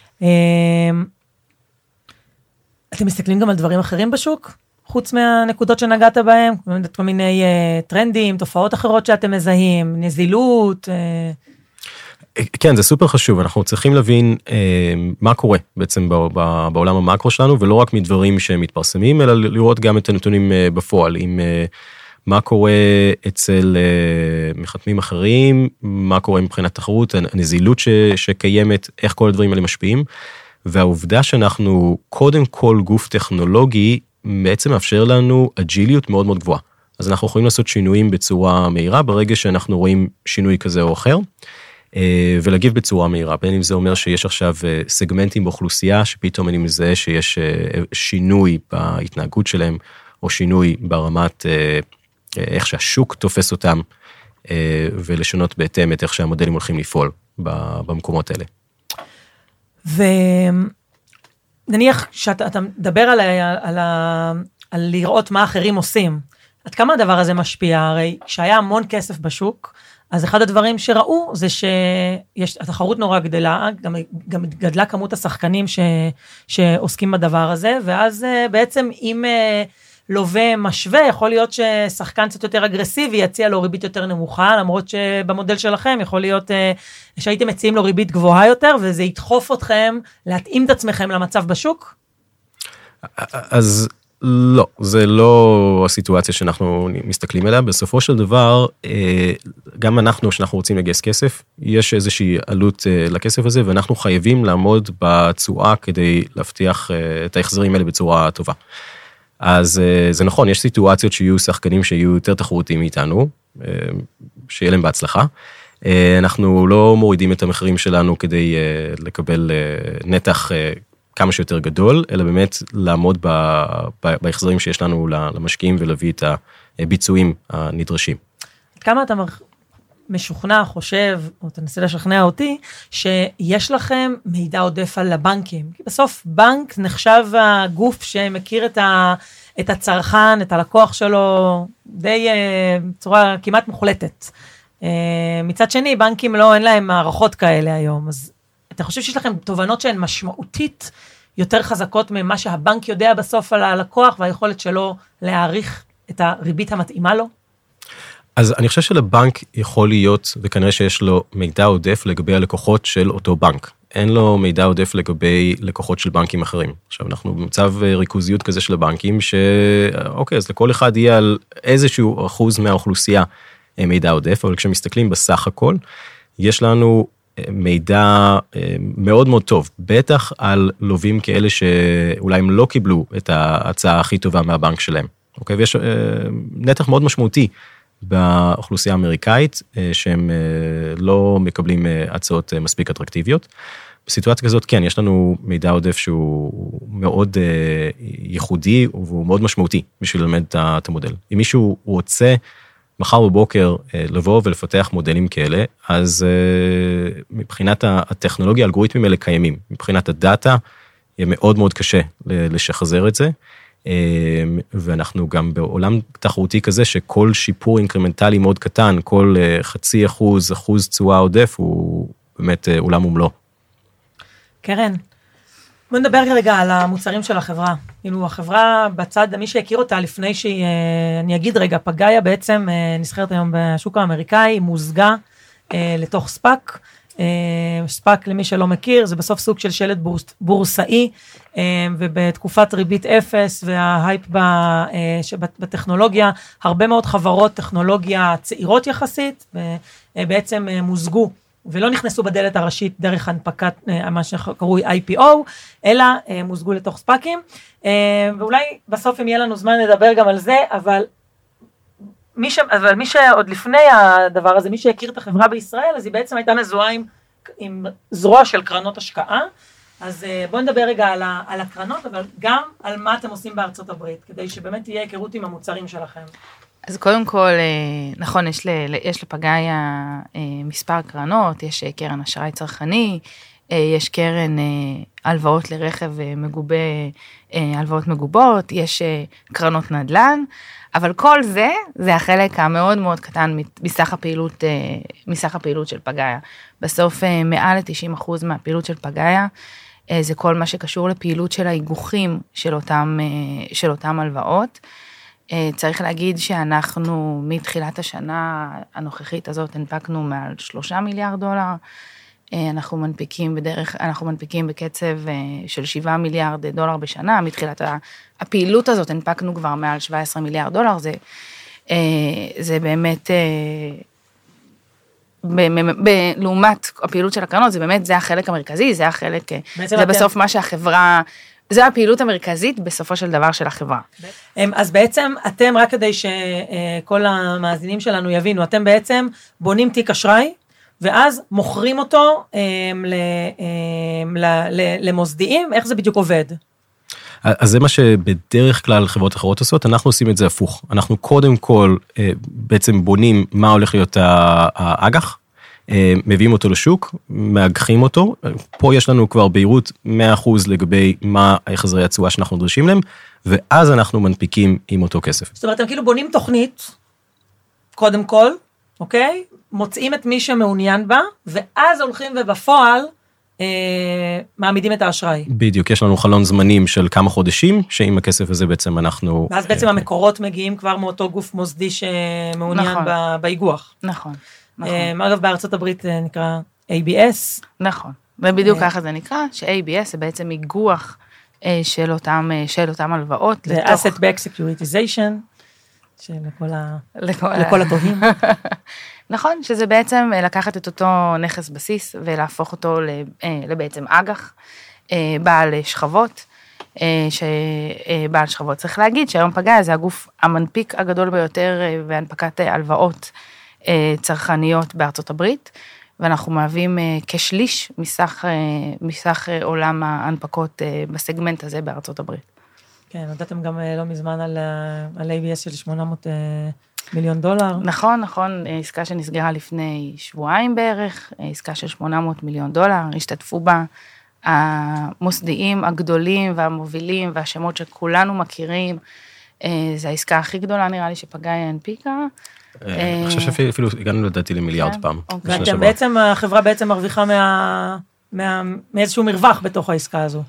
אתם מסתכלים גם על דברים אחרים בשוק? חוץ מהנקודות שנגעת בהם? כל מיני טרנדים, תופעות אחרות שאתם מזהים, נזילות? כן, זה סופר חשוב. אנחנו צריכים להבין מה קורה בעצם בעולם המקרו שלנו, ולא רק מדברים שמתפרסמים, אלא לראות גם את הנתונים בפועל, עם מה קורה אצל מחתמים אחרים, מה קורה מבחינת תחרות, הנזילות שקיימת, איך כל הדברים האלה משפיעים, והעובדה שאנחנו קודם כל גוף טכנולוגי, בעצם מאפשר לנו אג'יליות מאוד מאוד גבוהה. אז אנחנו יכולים לעשות שינויים בצורה מהירה, ברגע שאנחנו רואים שינוי כזה או אחר, ולהגיב בצורה מהירה, בין אם זה אומר שיש עכשיו סגמנטים באוכלוסייה, שפתאום אני מזהה שיש שינוי בהתנהגות שלהם, או שינוי ברמת איך שהשוק תופס אותם, ולשנות בהתאם את איך שהמודלים הולכים לפעול במקומות האלה. ונניח שאתה מדבר על לראות מה אחרים עושים, עד כמה הדבר הזה משפיע? הרי כשהיה המון כסף בשוק, אז אחד הדברים שראו זה שהתחרות נורא גדלה, גם גדלה כמות השחקנים שעוסקים בדבר הזה, ואז בעצם אם לווה משווה, יכול להיות ששחקן קצת יותר אגרסיבי יציע לו ריבית יותר נמוכה, למרות שבמודל שלכם יכול להיות שהייתם מציעים לו ריבית גבוהה יותר, וזה ידחוף אתכם להתאים את עצמכם למצב בשוק? אז לא, זה לא הסיטואציה שאנחנו מסתכלים עליה. בסופו של דבר, גם אנחנו, שאנחנו רוצים לגייס כסף, יש איזושהי עלות לכסף הזה, ואנחנו חייבים לעמוד בתשואה כדי להבטיח את ההחזרים האלה בצורה טובה. אז זה נכון, יש סיטואציות שיהיו שחקנים שיהיו יותר תחרותיים מאיתנו, שיהיה להם בהצלחה. אנחנו לא מורידים את המחירים שלנו כדי לקבל נתח כמה שיותר גדול, אלא באמת לעמוד בהחזרים שיש לנו למשקיעים ולהביא את הביצועים הנדרשים. כמה אתה משוכנע, חושב, או תנסה לשכנע אותי, שיש לכם מידע עודף על הבנקים? כי בסוף בנק נחשב הגוף שמכיר את הצרכן, את הלקוח שלו, די בצורה כמעט מוחלטת. מצד שני, בנקים אין להם מערכות כאלה היום, אז אתה חושב שיש לכם תובנות שהן משמעותית יותר חזקות ממה שהבנק יודע בסוף על הלקוח, והיכולת שלו להעריך את הריבית המתאימה לו? אז אני חושב שלבנק יכול להיות, וכנראה שיש לו מידע עודף לגבי הלקוחות של אותו בנק. אין לו מידע עודף לגבי לקוחות של בנקים אחרים. עכשיו, אנחנו במצב ריכוזיות כזה של הבנקים, אוקיי, אז לכל אחד יהיה על איזשהו אחוז מהאוכלוסייה מידע עודף, אבל כשמסתכלים בסך הכל, יש לנו מידע מאוד מאוד טוב, בטח על לווים כאלה שאולי הם לא קיבלו את ההצעה הכי טובה מהבנק שלהם. אוקיי, ויש נתח מאוד משמעותי באוכלוסייה האמריקאית, שהם לא מקבלים הצעות מספיק אטרקטיביות. בסיטואציה כזאת, כן, יש לנו מידע עודף שהוא מאוד ייחודי, והוא מאוד משמעותי בשביל ללמד את המודל. אם מישהו רוצה מחר בבוקר לבוא ולפתח מודלים כאלה, אז מבחינת הטכנולוגיה, האלגוריתמים האלה קיימים. מבחינת הדאטה, יהיה מאוד מאוד קשה לשחזר את זה, ואנחנו גם בעולם תחרותי כזה, שכל שיפור אינקרמנטלי מאוד קטן, כל 0.5%, 1% תשואה עודף, הוא באמת עולם ומלוא. קרן, בוא נדבר רגע על המוצרים של החברה. כאילו החברה בצד, מי שהכיר אותה לפני אני אגיד רגע, פגאיה בעצם נסחרת היום בשוק האמריקאי, מוזגה לתוך ספאק. ספאק למי שלא מכיר, זה בסוף סוג של שלט בורסאי, ובתקופת ריבית אפס וההייפ בטכנולוגיה, הרבה מאוד חברות טכנולוגיה צעירות יחסית, בעצם מוזגו. ולא נכנסו בדלת הראשית דרך הנפקת מה שקרוי IPO, אלא מוזגו לתוך ספאקים, ואולי בסוף אם יהיה לנו זמן לדבר גם על זה, אבל מי שעוד לפני הדבר הזה, מי שהכיר את החברה בישראל, אז היא בעצם הייתה מזוהה עם זרוע של קרנות השקעה, אז בואו נדבר רגע על הקרנות, אבל גם על מה אתם עושים בארצות הברית, כדי שבאמת תהיה היכרות עם המוצרים שלכם. אז קודם כל, נכון, יש לפגאיה מספר קרנות, יש קרן אשראי צרכני, יש קרן הלוואות לרכב מגובה, הלוואות מגובות, יש קרנות נדל"ן, אבל כל זה החלק המאוד מאוד קטן מסך הפעילות של פגאיה. בסוף מעל ל-90% מהפעילות של פגאיה, זה כל מה שקשור לפעילות של האיגוחים של אותם הלוואות. צריך להגיד שאנחנו מתחילת השנה הנוכחית הזאת הנפקנו מעל 3 מיליארד דולר, אנחנו מנפיקים בקצב של 7 מיליארד דולר בשנה, מתחילת הפעילות הזאת הנפקנו כבר מעל 17 מיליארד דולר, זה באמת, לעומת הפעילות של הקרנות, זה באמת, זה החלק המרכזי, זה החלק, זה בסוף מה שהחברה, זו הפעילות המרכזית בסופו של דבר של החברה. אז בעצם אתם, רק כדי שכל המאזינים שלנו יבינו, אתם בעצם בונים תיק אשראי, ואז מוכרים אותו למוסדיים, איך זה בדיוק עובד? אז זה מה שבדרך כלל חברות אחרות עושות, אנחנו עושים את זה הפוך. אנחנו קודם כל בעצם בונים מה הולך להיות האג"ח, מביאים אותו לשוק, מאגחים אותו, פה יש לנו כבר בהירות 100% לגבי מה החזרי התשואה שאנחנו דורשים להם, ואז אנחנו מנפיקים עם אותו כסף. זאת אומרת, אתם כאילו בונים תוכנית, קודם כל, אוקיי? מוצאים את מי שמעוניין בה, ואז הולכים ובפועל מעמידים את האשראי. בדיוק, יש לנו חלון זמנים של כמה חודשים, שעם הכסף הזה בעצם אנחנו... ואז בעצם המקורות מגיעים כבר מאותו גוף מוסדי שמעוניין באיגוח. נכון. אגב, בארצות הברית נקרא ABS. נכון, ובדיוק ככה זה נקרא, ש-ABS זה בעצם איגוח של אותם הלוואות. זה asset back securitization, לכל הטובים. נכון, שזה בעצם לקחת את אותו נכס בסיס, ולהפוך אותו לבעצם אג"ח, בעל שכבות, צריך להגיד שהיום פגאיה זה הגוף המנפיק הגדול ביותר, והנפקת הלוואות צרכניות בארצות הברית, ואנחנו מהווים כשליש מסך עולם ההנפקות בסגמנט הזה בארצות הברית. כן, הודעתם גם לא מזמן על ABS של 800 מיליון דולר. נכון, עסקה שנסגרה לפני שבועיים בערך, עסקה של 800 מיליון דולר, השתתפו בה המוסדיים הגדולים והמובילים והשמות שכולנו מכירים, זו העסקה הכי גדולה נראה לי שפגאיה הנפיקה. אני חושב שאפילו הגענו לדעתי למיליארד פעם. ואתם בעצם, החברה בעצם מרוויחה מאיזשהו מרווח בתוך העסקה הזו.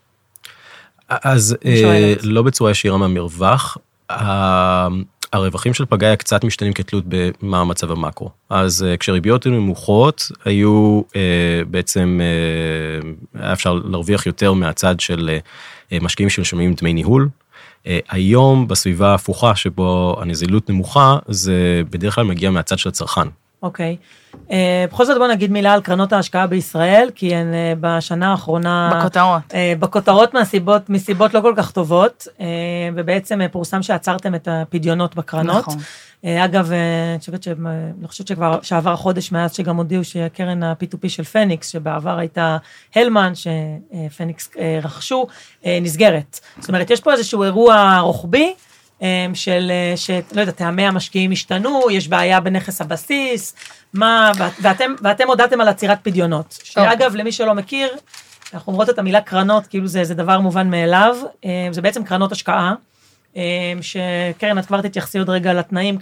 אז לא בצורה ישירה מהמרווח, הרווחים של פגאיה קצת משתנים כתלות במה המצב המקרו. אז כשריביות היו נמוכות, היו בעצם, היה אפשר להרוויח יותר מהצד של משקיעים שמשלמים דמי ניהול. היום בסביבה ההפוכה שבו הנזילות נמוכה, זה בדרך כלל מגיע מהצד של הצרכן. אוקיי. בכל זאת בוא נגיד מילה על קרנות ההשקעה בישראל, כי הן בשנה האחרונה... בכותרות מסיבות לא כל כך טובות, ובעצם פורסם שעצרתם את הפדיונות בקרנות. נכון. אגב, אני חושבת שעבר חודש מאז שגם הודיעו שקרן ה-P2P של פניקס, שבעבר הייתה הלמן, שפניקס רכשו, נסגרת. זאת אומרת, יש פה איזשהו אירוע רוחבי, לא יודע, טעמי המשקיעים השתנו, יש בעיה בנכס הבסיס, ואתם הודעתם על עצירת פדיונות, שאגב, למי שלא מכיר, אנחנו אומרות את המילה קרנות, כאילו זה דבר מובן מאליו, זה בעצם קרנות השקעה, שקרן, את כבר תתייחסי עוד רגע לתנאים,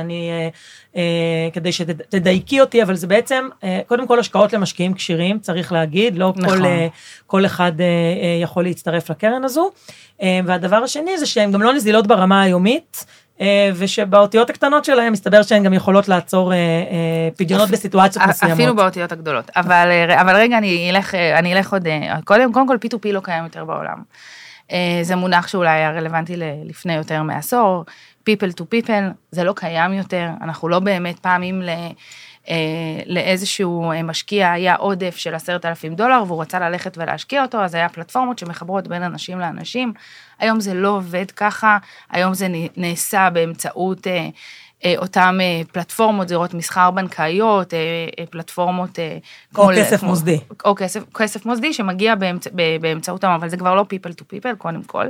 כדי שתדייקי אותי, אבל זה בעצם, קודם כל השקעות למשקיעים קשירים, צריך להגיד, לא כל אחד יכול להצטרף לקרן הזו, והדבר השני זה שהן גם לא נזילות ברמה היומית, ושבאותיות הקטנות שלהם מסתבר שהן גם יכולות לעצור פדיונות בסיטואציות מסוימות. אפילו באותיות הגדולות, אבל רגע אני אלך עוד, קודם כל P2P לא קיים יותר בעולם. זה מונח שאולי היה רלוונטי לפני יותר מעשור, people to people, זה לא קיים יותר, אנחנו לא באמת פעמים לאיזשהו משקיע, היה עודף של $10,000, והוא רצה ללכת ולהשקיע אותו, אז היה פלטפורמות שמחברות בין אנשים לאנשים, היום זה לא עובד ככה, היום זה נעשה באמצעות אותם פלטפורמות, זירות מסחר בנקאיות, פלטפורמות... או כסף מוסדי. או כסף מוסדי שמגיע באמצעותם, אבל זה כבר לא people to people, קודם כל.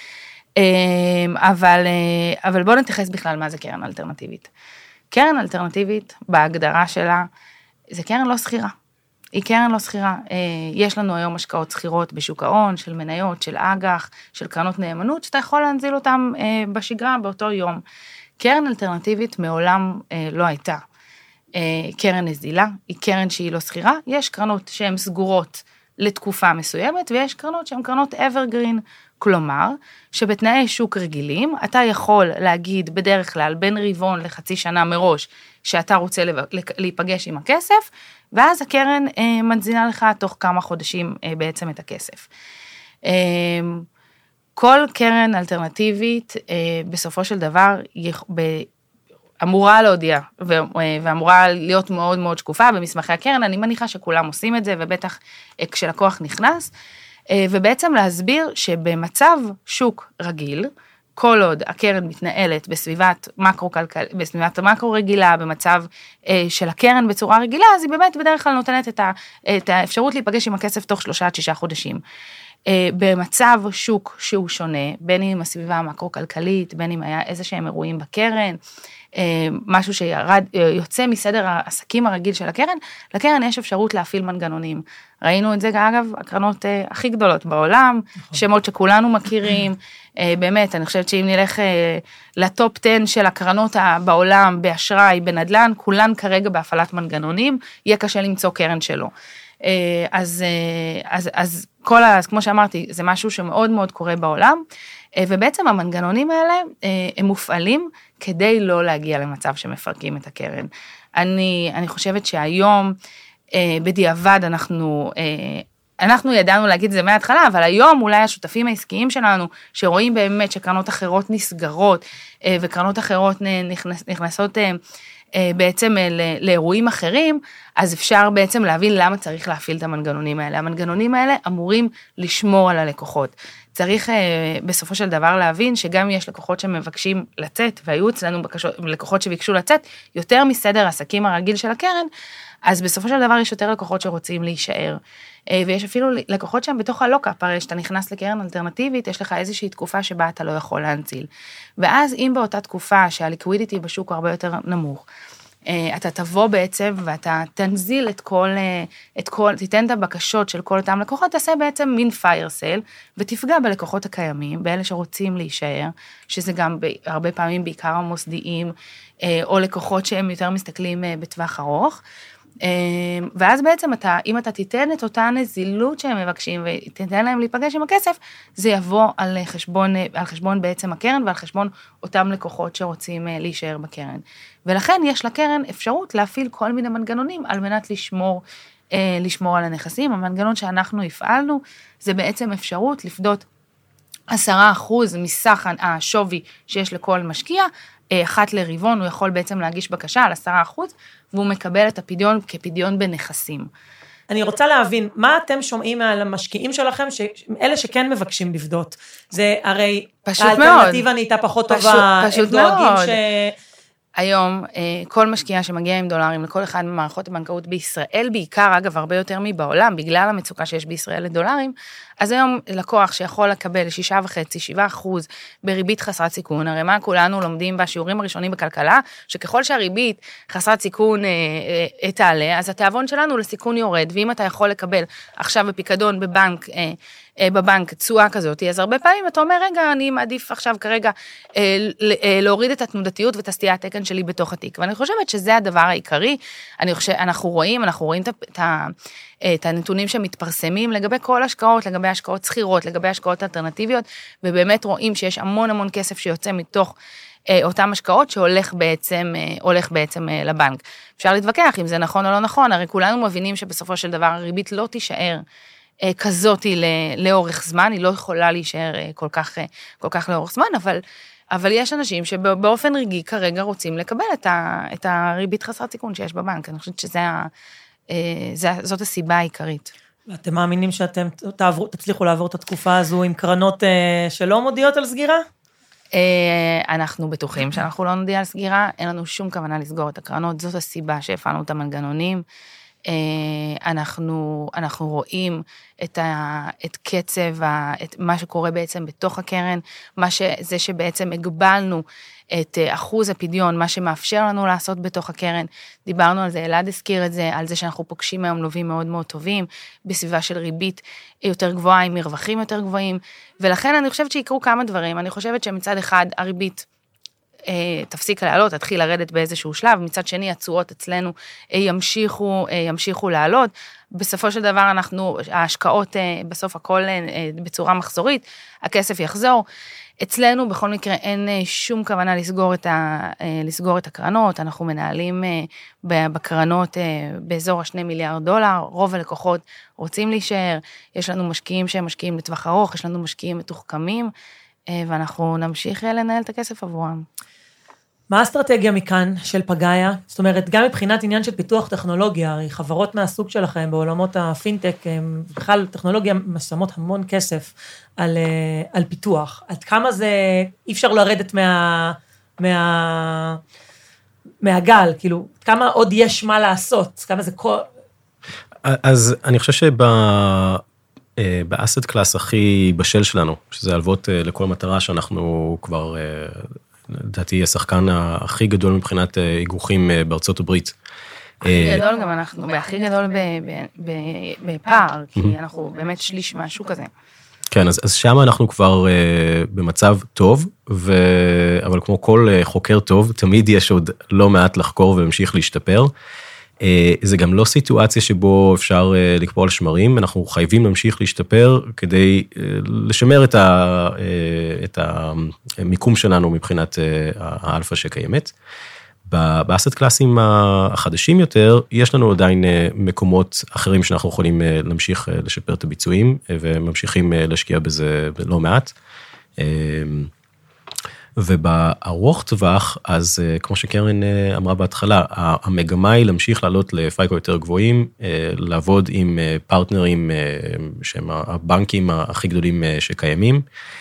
אבל בואו נתייחס בכלל מה זה קרן אלטרנטיבית. קרן אלטרנטיבית, בהגדרה שלה, זה קרן לא סחירה. היא קרן לא סחירה. יש לנו היום השקעות סחירות בשוק ההון, של מניות, של אג"ח, של קרנות נאמנות, שאתה יכול להנזיל אותם בשגרה באותו יום. קרן אלטרנטיבית מעולם לא הייתה. קרן נזילה, היא קרן שהיא לא סחירה, יש קרנות שהן סגורות לתקופה מסוימת, ויש קרנות שהן קרנות evergreen, כלומר, שבתנאי שוק רגילים, אתה יכול להגיד בדרך כלל בין רבעון לחצי שנה מראש, שאתה רוצה להיפגש עם הכסף, ואז הקרן מנזילה לך תוך כמה חודשים בעצם את הכסף. כל קרן אלטרנטיבית, בסופו של דבר, אמורה להודיע, ואמורה להיות מאוד מאוד שקופה במסמכי הקרן, אני מניחה שכולם עושים את זה, ובטח כשלקוח נכנס, ובעצם להסביר שבמצב שוק רגיל, כל עוד הקרן מתנהלת בסביבת מקרו רגילה, במצב של הקרן בצורה רגילה, אז היא באמת בדרך כלל נותנת את האפשרות להיפגש עם הכסף תוך 3 עד 6 חודשים. במצב שוק שהוא שונה, בין אם הסביבה המקרו-כלכלית, בין אם היה איזה שהם אירועים בקרן, משהו שיוצא מסדר העסקים הרגיל של הקרן, לקרן יש אפשרות להפעיל מנגנונים. ראינו את זה, אגב, הקרנות הכי גדולות בעולם, שמות שכולנו מכירים, באמת, אני חושבת שאם נלך לטופ 10 של הקרנות בעולם, באשראי, בנדלן, כולן כרגע בהפעלת מנגנונים, יהיה קשה למצוא קרן שלו. אז כמו שאמרתי, זה משהו שמאוד מאוד קורה בעולם, ובעצם המנגנונים האלה, הם מופעלים כדי לא להגיע למצב שמפרקים את הקרן. אני חושבת שהיום, בדיעבד אנחנו ידענו להגיד זה מההתחלה, אבל היום אולי השותפים העסקיים שלנו, שרואים באמת שקרנות אחרות נסגרות, וקרנות אחרות נכנסות בעצם לאירועים אחרים, אז אפשר בעצם להבין למה צריך להפעיל את המנגנונים האלה. המנגנונים האלה אמורים לשמור על הלקוחות. צריך בסופו של דבר להבין שגם יש לקוחות שמבקשים לצאת, והיו אצלנו לקוחות שביקשו לצאת, יותר מסדר העסקים הרגיל של הקרן, אז בסופו של דבר יש יותר לקוחות שרוצים להישאר. ויש אפילו לקוחות שהם בתוך הלוקאפ, הרי שאתה נכנס לקרן אלטרנטיבית, יש לך איזושהי תקופה שבה אתה לא יכול להנציל. ואז אם באותה תקופה שהליקווידיטי בשוק הרבה יותר נמוך, אתה תבוא בעצם ואתה תנזיל תיתן את הבקשות של כל אותם לקוחות, תעשה בעצם מין פייר סייל, ותפגע בלקוחות הקיימים, באלה שרוצים להישאר, שזה גם הרבה פעמים בעיקר המוסדיים, או לקוחות שהם יותר מסתכלים בטווח ארוך, ואז בעצם אם אתה תיתן את אותה נזילות שהם מבקשים, ותיתן להם להיפגש עם הכסף, זה יבוא על חשבון בעצם הקרן, ועל חשבון אותם לקוחות שרוצים להישאר בקרן. ולכן יש לקרן אפשרות להפעיל כל מיני מנגנונים, על מנת לשמור על הנכסים. המנגנון שאנחנו הפעלנו, זה בעצם אפשרות לפדות 10% מסך השווי שיש לכל משקיע, אחת לרבעון, הוא יכול בעצם להגיש בקשה על 10%, והוא מקבל את הפדיון כפדיון בנכסים. אני רוצה להבין, מה אתם שומעים על המשקיעים שלכם, אלה שכן מבקשים לפדות? זה הרי האלטרנטיבה נהייתה פחות טובה, פשוט מאוד. היום, כל משקיעה שמגיע עם דולרים לכל אחד ממערכות הבנקאות בישראל, בעיקר, אגב, הרבה יותר מבעולם, בגלל המצוקה שיש בישראל לדולרים, אז היום לקוח שיכול לקבל 6.5-7% בריבית חסרת סיכון, הרי מה כולנו לומדים בשיעורים הראשונים בכלכלה, שככל שהריבית חסרת סיכון תעלה, אז התיאבון שלנו לסיכון יורד, ואם אתה יכול לקבל עכשיו בפיקדון בבנק תשואה כזאת, אז הרבה פעמים אתה אומר, רגע, אני מעדיף עכשיו כרגע להוריד את התנודתיות ואת הסטיית תקן שלי בתוך התיק, ואני חושבת שזה הדבר העיקרי, אנחנו רואים את הנתונים שמתפרסמים לגבי כל השקעות, לגבי השקעות סחירות, לגבי השקעות אלטרנטיביות, ובאמת רואים שיש המון כסף שיוצא מתוך אותם השקעות שהולך בעצם לבנק. אפשר להתווכח אם זה נכון או לא נכון, הרי כולנו מבינים שבסופו של דבר הריבית לא תישאר כזאת לאורך זמן, היא לא יכולה להישאר כל כך לאורך זמן, אבל יש אנשים שבאופן רגעי כרגע רוצים לקבל את הריבית חסרת סיכון שיש בבנק. אני חושבת זאת הסיבה העיקרית. ואתם מאמינים שאתם תצליחו לעבור את התקופה הזו עם קרנות שלא מודיעות על סגירה? אנחנו בטוחים שאנחנו לא נודיע על סגירה, אין לנו שום כוונה לסגור את הקרנות, זאת הסיבה שהפעלנו את המנגנונים. אנחנו רואים את קצב, את מה שקורה בעצם בתוך הקרן, זה שבעצם הגבלנו את אחוז הפדיון, מה שמאפשר לנו לעשות בתוך הקרן, דיברנו על זה, אלעד הזכיר את זה, על זה שאנחנו פוגשים היום לווים מאוד מאוד טובים, בסביבה של ריבית יותר גבוהה, עם מרווחים יותר גבוהים, ולכן אני חושבת שיקרו כמה דברים, אני חושבת שמצד אחד הריבית תפסיק לעלות, תתחיל לרדת באיזשהו שלב, מצד שני התשואות אצלנו ימשיכו לעלות, בסופו של דבר ההשקעות בסוף הכל בצורה מחזורית, הכסף יחזור, אצלנו בכל מקרה אין שום כוונה לסגור את הקרנות, אנחנו מנהלים בקרנות באזור $2 מיליארד, רוב הלקוחות רוצים להישאר, יש לנו משקיעים שהם משקיעים לטווח ארוך, יש לנו משקיעים מתוחכמים, ואנחנו נמשיך לנהל את הכסף עבורם. מה האסטרטגיה מכאן של פגאיה? זאת אומרת, גם מבחינת עניין של פיתוח טכנולוגיה, הרי חברות מהסוג שלכם בעולמות הפינטק, בכלל טכנולוגיה משמות המון כסף על פיתוח. עד כמה זה אי אפשר לרדת מהגל, כאילו, כמה עוד יש מה לעשות? כמה זה כל... אז אני חושב באסט קלאס הכי בשל שלנו, שזה הלוות לכל מטרה שאנחנו כבר, לדעתי, השחקן הכי גדול מבחינת איגוחים בארצות הברית. הכי גדול גם אנחנו, והכי גדול בפער, כי אנחנו באמת שליש מהשוק הזה. כן, אז שם אנחנו כבר במצב טוב, אבל כמו כל חוקר טוב, תמיד יש עוד לא מעט לחקור ולהמשיך להשתפר. זה גם לא סיטואציה שבו אפשר לקפוא על שמרים, אנחנו חייבים להמשיך להשתפר כדי לשמר את המיקום שלנו מבחינת האלפא שקיימת. באסט קלאסים החדשים יותר, יש לנו עדיין מקומות אחרים שאנחנו יכולים להמשיך לשפר את הביצועים, וממשיכים להשקיע בזה לא מעט. ובארוך טווח, אז כמו שקרן אמרה בהתחלה, המגמה היא להמשיך לעלות לפייקו יותר גבוהים, לעבוד עם פרטנרים שהם הבנקים הכי גדולים שקיימים,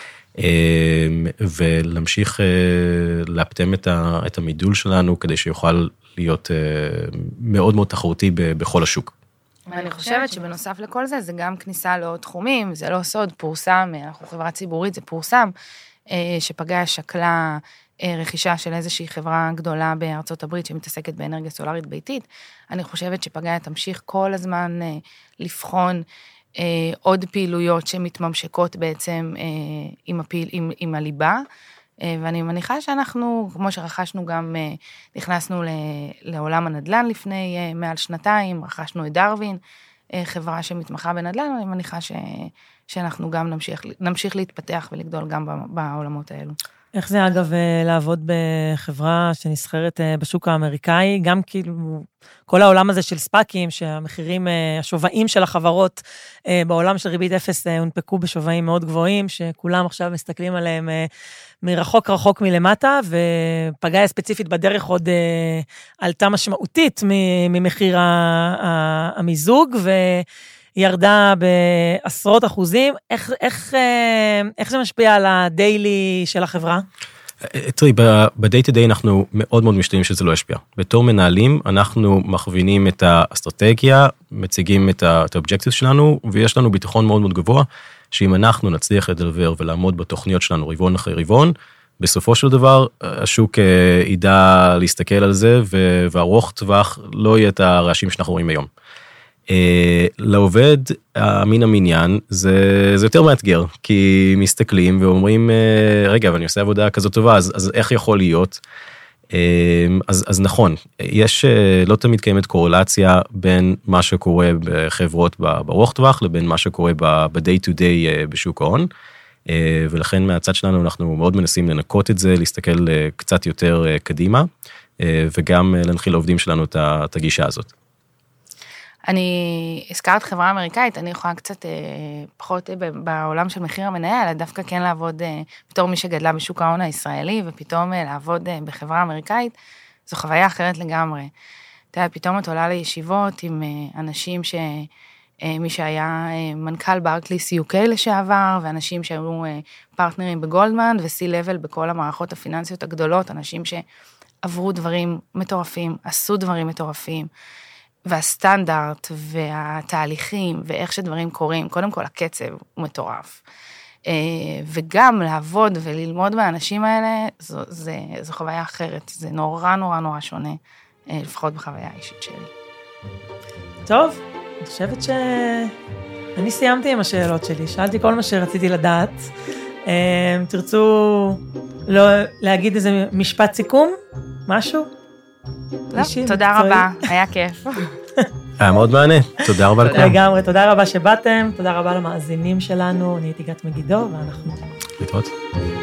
ולהמשיך להפטם את המידול שלנו, כדי שיוכל להיות מאוד מאוד תחרותי בכל השוק. ואני חושבת שבנוסף לכל זה, זה גם כניסה לעוד תחומים, זה לא סוד, פורסם, אנחנו חברה ציבורית, זה פורסם, שפגאיה שקלה רכישה של איזושהי חברה גדולה בארצות הברית שמתעסקת באנרגיה סולארית ביתית. אני חושבת שפגאיה תמשיך כל הזמן לבחון עוד פעילויות שמתממשקות בעצם עם הליבה, ואני מניחה שאנחנו, כמו שרכשנו גם, נכנסנו לעולם הנדל"ן לפני מעל שנתיים, רכשנו את דרווין, חברה שמתמחה בנדל"ן, אני מניחה שאנחנו גם נמשיך להתפתח ולגדול גם בעולמות האלו. איך זה אגב לעבוד בחברה שנסחרת בשוק האמריקאי, גם כאילו כל העולם הזה של ספאקים, שהמחירים, השוואים של החברות בעולם של ריבית אפס הונפקו בשוואים מאוד גבוהים, שכולם עכשיו מסתכלים עליהם רחוק מלמטה, ופגאיה ספציפית בדרך עוד עלתה משמעותית ממחיר המיזוג, ירדה בעשרות אחוזים, איך זה משפיע על הדיילי של החברה? תראי, ב-day to day אנחנו מאוד מאוד משתדלים שזה לא ישפיע. בתור מנהלים, אנחנו מכווינים את האסטרטגיה, מציגים את ה-objectives שלנו, ויש לנו ביטחון מאוד מאוד גבוה, שאם אנחנו נצליח לדלבר ולעמוד בתוכניות שלנו רבעון אחרי רבעון, בסופו של דבר, השוק ידע להסתכל על זה, והרוך טווח לא יהיה את הרעשים שאנחנו רואים היום. לעובד, המין המניין, זה יותר מאתגר, כי מסתכלים ואומרים, רגע, אבל אני עושה עבודה כזאת טובה, אז איך יכול להיות? אז נכון, לא תמיד קיימת קורלציה בין מה שקורה בחברות ברוח טווח, לבין מה שקורה ב-day to day בשוק ההון, ולכן מהצד שלנו אנחנו מאוד מנסים לנקות את זה, להסתכל קצת יותר קדימה, וגם להנחיל לעובדים שלנו את הגישה הזאת. אני הזכרת חברה אמריקאית, אני יכולה קצת פחות בעולם של מחיר המנהל, דווקא כן לעבוד בתור מי שגדלה בשוק ההון הישראלי, ופתאום לעבוד בחברה אמריקאית, זו חוויה אחרת לגמרי. אתה יודע, פתאום את עולה לישיבות עם אנשים מי שהיה מנכ"ל ברקליס UK לשעבר, ואנשים שהיו פרטנרים בגולדמן, ו-C-Level בכל המערכות הפיננסיות הגדולות, אנשים שעברו דברים מטורפים, עשו דברים מטורפים, והסטנדרט והתהליכים ואיך שדברים קורים, קודם כל הקצב הוא מטורף. וגם לעבוד וללמוד מהאנשים האלה, זו חוויה אחרת, זה נורא נורא נורא שונה, לפחות בחוויה האישית שלי. טוב, אני חושבת שאני סיימתי עם השאלות שלי, שאלתי כל מה שרציתי לדעת. תרצו להגיד איזה משפט סיכום? משהו? תודה רבה, היה כיף. היה מאוד מענה, תודה רבה לכם. לגמרי, תודה רבה שבאתם, תודה רבה למאזינים שלנו, אני הייתי גת מגידו, ואנחנו... להתראות.